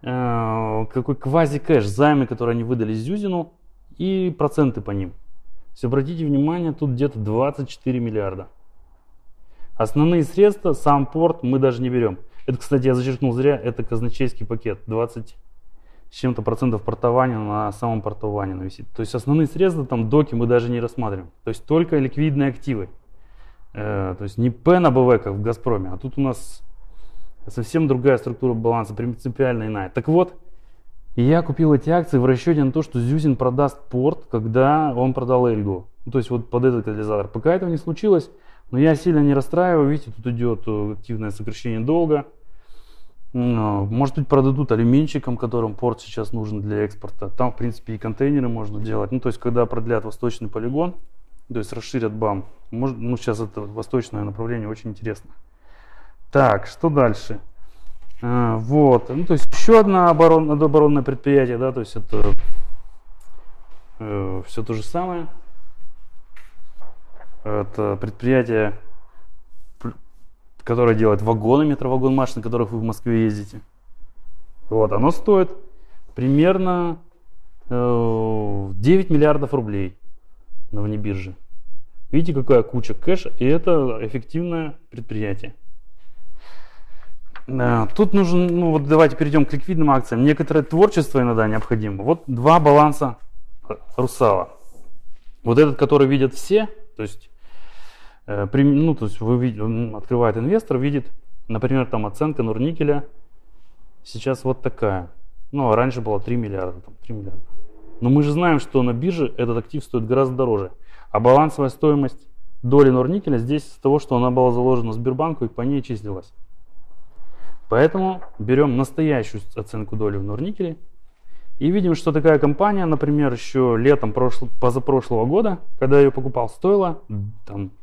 какой квази-кэш, займы, которые они выдали Зюзину и проценты по ним. есть обратите внимание, тут где-то 24 миллиарда. Основные средства, сам порт мы даже не берем. Это, кстати, я зачеркнул зря, это казначейский пакет. 20 с чем-то процентов портования на самом портовании висит. То есть основные средства, там доки мы даже не рассматриваем. То есть только ликвидные активы. То есть не П на БВ, как в Газпроме, а тут у нас совсем другая структура баланса, принципиально иная. Так вот, я купил эти акции в расчете на то, что Зюзин продаст порт, когда он продал Эльгу. Ну, то есть вот под этот катализатор. Пока этого не случилось, но я сильно не расстраиваю. Видите, тут идет активное сокращение долга. Может быть, продадут алюминчикам, которым порт сейчас нужен для экспорта. Там, в принципе, и контейнеры можно делать. Ну, то есть, когда продлят восточный полигон, то есть расширят БАМ. Может, ну, сейчас это восточное направление очень интересно. Так, что дальше? Вот, ну, то есть еще одно оборонное предприятие, да, то есть это все то же самое. Это предприятие, которое делает вагоны, метровагон-маш, на которых вы в Москве ездите. Вот, оно стоит примерно 9 миллиардов рублей на внебирже. Видите, какая куча кэша, и это эффективное предприятие. Тут нужно, ну вот давайте перейдем к ликвидным акциям. Некоторое творчество иногда необходимо. Вот два баланса Русала. Вот этот, который видят все, то есть, ну, то есть вы видите, он открывает инвестор, видит, например, там оценка Норникеля сейчас вот такая. Ну, а раньше было 3 миллиарда. Там, 3 миллиарда. Но мы же знаем, что на бирже этот актив стоит гораздо дороже. А балансовая стоимость доли Норникеля здесь с того, что она была заложена Сбербанку и по ней числилась. Поэтому берем настоящую оценку доли в Норникеле и видим, что такая компания, например, еще летом позапрошлого года, когда я ее покупал, стоила, там,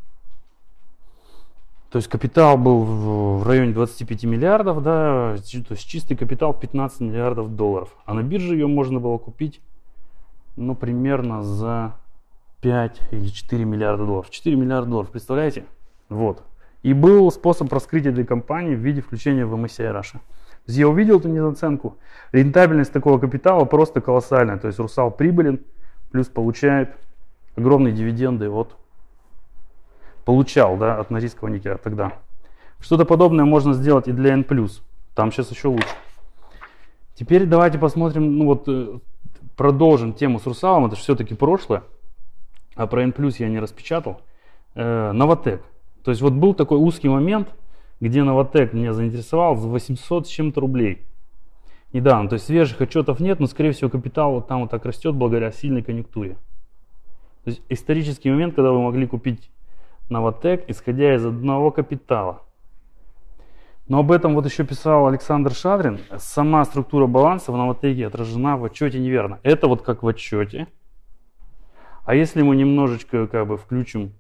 то есть капитал был в районе 25 миллиардов, да, то есть чистый капитал 15 миллиардов долларов. А на бирже ее можно было купить, ну, примерно за 5 или 4 миллиарда долларов. 4 миллиарда долларов, представляете? Вот. И был способ раскрытия этой компании в виде включения в MSCI Russia. То есть я увидел эту недооценку. Рентабельность такого капитала просто колоссальная. То есть Русал прибылен, плюс получает огромные дивиденды от... Получал, да, от Норильского никеля тогда. Что-то подобное можно сделать и для N+. Там сейчас еще лучше. Теперь давайте посмотрим, ну вот, продолжим тему с Русалом. Это же все-таки прошлое. А про N+ я не распечатал. Новатэк. То есть вот был такой узкий момент, где Новатэк меня заинтересовал за 800 с чем-то рублей. Недавно. То есть свежих отчетов нет, но скорее всего капитал вот там вот так растет благодаря сильной конъюнктуре. То есть исторический момент, когда вы могли купить Новатэк, исходя из одного капитала. Но об этом вот еще писал Александр Шадрин. Сама структура баланса в Новатэке отражена в отчете неверно. Это вот как в отчете. А если мы немножечко как бы включим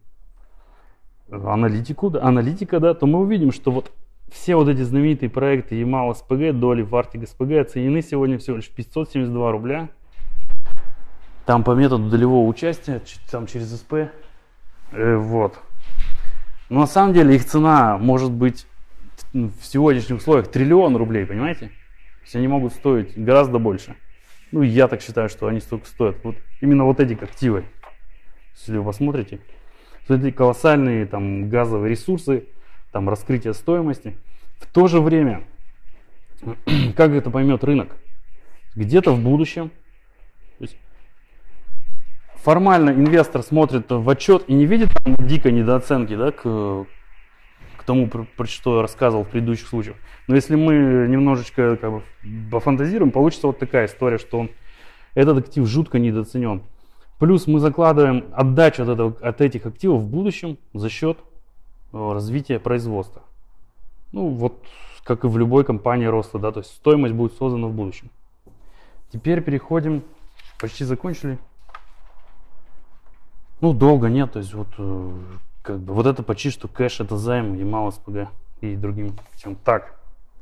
аналитика, да, то мы увидим, что вот все вот эти знаменитые проекты Ямал-СПГ, доли в Артик-СПГ оценены сегодня всего лишь 572 рубля. Там по методу долевого участия, там через СП. Вот. Но на самом деле их цена может быть в сегодняшних условиях 1 триллион рублей, понимаете? То есть они могут стоить гораздо больше. Ну, я так считаю, что они столько стоят. Вот именно вот эти активы. Если вы посмотрите, эти колоссальные там газовые ресурсы, там раскрытие стоимости. В то же время, как это поймет рынок? Где-то в будущем, то есть формально инвестор смотрит в отчет и не видит там дикой недооценки, да, к тому, про что я рассказывал в предыдущих случаях. Но если мы немножечко как бы пофантазируем, получится вот такая история, что этот актив жутко недооценен. Плюс мы закладываем отдачу от этих активов в будущем за счет развития производства. Ну вот, как и в любой компании роста, да, то есть стоимость будет создана в будущем. Теперь переходим, почти закончили. Ну, долго нет, то есть вот, как бы, вот это почти что кэш, это займ, Ямал-СПГ и другим. Так,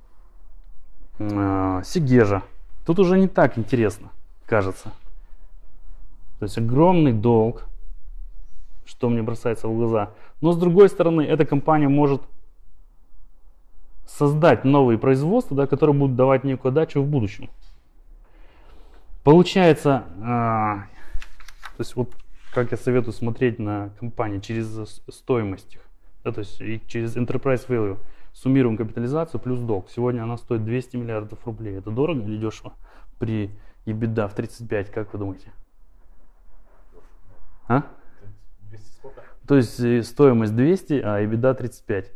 Сигежа. Тут уже не так интересно, кажется. То есть огромный долг, что мне бросается в глаза. Но с другой стороны, эта компания может создать новые производства, да, которые будут давать некую отдачу в будущем. Получается, то есть вот как я советую смотреть на компании через стоимость их, да, то есть и через enterprise value. Суммируем капитализацию плюс долг. Сегодня она стоит 200 миллиардов рублей. Это дорого или дешево? При EBITDA в 35, как вы думаете? А? 200 сколько? То есть стоимость 200, а EBITDA 35.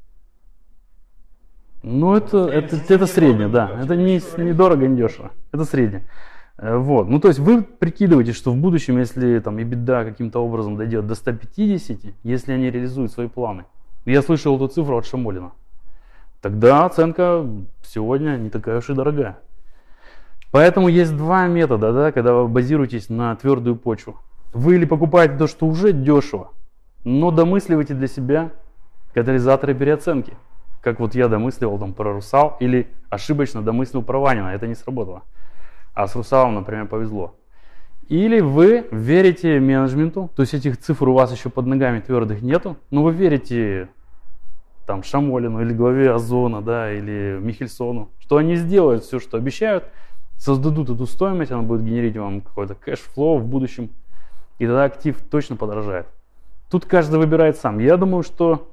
Ну, это среднее, да. Это не дорого, не дешево. Это среднее. Вот. Ну, то есть вы прикидываете, что в будущем, если там EBITDA каким-то образом дойдет до 150, если они реализуют свои планы. Я слышал эту цифру от Шамолина. Тогда оценка сегодня не такая уж и дорогая. Поэтому есть два метода, да, когда вы базируетесь на твердую почву. Вы или покупаете то, что уже дешево, но домысливаете для себя катализаторы переоценки. Как вот я домысливал там про Русал, или ошибочно домыслил про Ванина, это не сработало. А с Русалом, например, повезло. Или вы верите менеджменту, то есть этих цифр у вас еще под ногами твердых нету, но вы верите там Шамолину или главе Озона, да, или Михельсону, что они сделают все, что обещают, создадут эту стоимость, она будет генерить вам какой-то кэш-флоу в будущем, и тогда актив точно подорожает. Тут каждый выбирает сам. Я думаю, что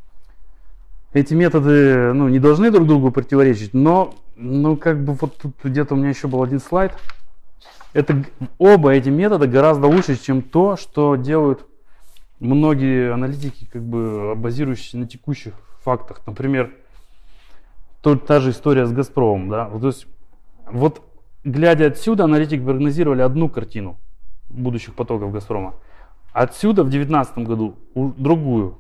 эти методы не должны друг другу противоречить, но как бы вот тут где-то у меня еще был один слайд. Оба эти метода гораздо лучше, чем то, что делают многие аналитики, как бы базирующиеся на текущих фактах. Например, та же история с Газпромом. Да? То есть, вот глядя отсюда, аналитики прогнозировали одну картину будущих потоков Газпрома. Отсюда в 2019 году другую.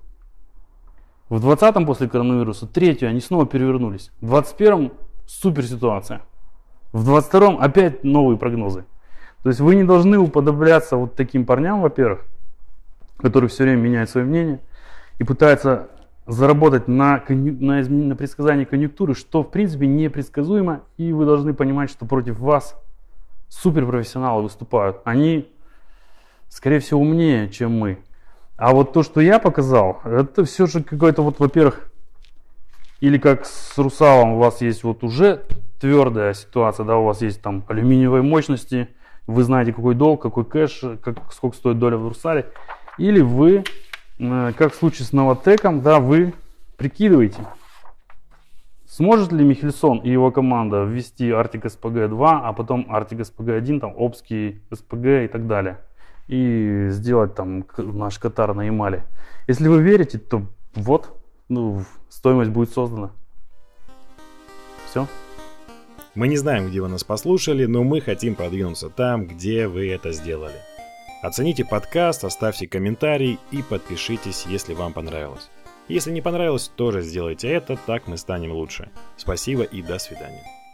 В 2020 после коронавируса третью, они снова перевернулись. В 2021 супер ситуация. В 2022 опять новые прогнозы. То есть вы не должны уподобляться вот таким парням, во-первых, которые все время меняют свое мнение и пытаются заработать на предсказании конъюнктуры, что в принципе непредсказуемо, и вы должны понимать, что против вас суперпрофессионалы выступают. Они, скорее всего, умнее, чем мы. А вот то, что я показал, это все же какой-то вот, во-первых, или как с Русалом у вас есть вот уже твердая ситуация, да, у вас есть там алюминиевые мощности, вы знаете, какой долг, какой кэш, сколько стоит доля в Русале. Или вы, как в случае с Новотеком, да, вы прикидываете, сможет ли Михельсон и его команда ввести Arctic SPG 2, а потом Arctic SPG 1, там, Обский SPG и так далее, и сделать там наш Катар на Ямале. Если вы верите, то вот, стоимость будет создана. Все. Мы не знаем, где вы нас послушали, но мы хотим продвинуться там, где вы это сделали. Оцените подкаст, оставьте комментарий и подпишитесь, если вам понравилось. Если не понравилось, тоже сделайте это, так мы станем лучше. Спасибо и до свидания.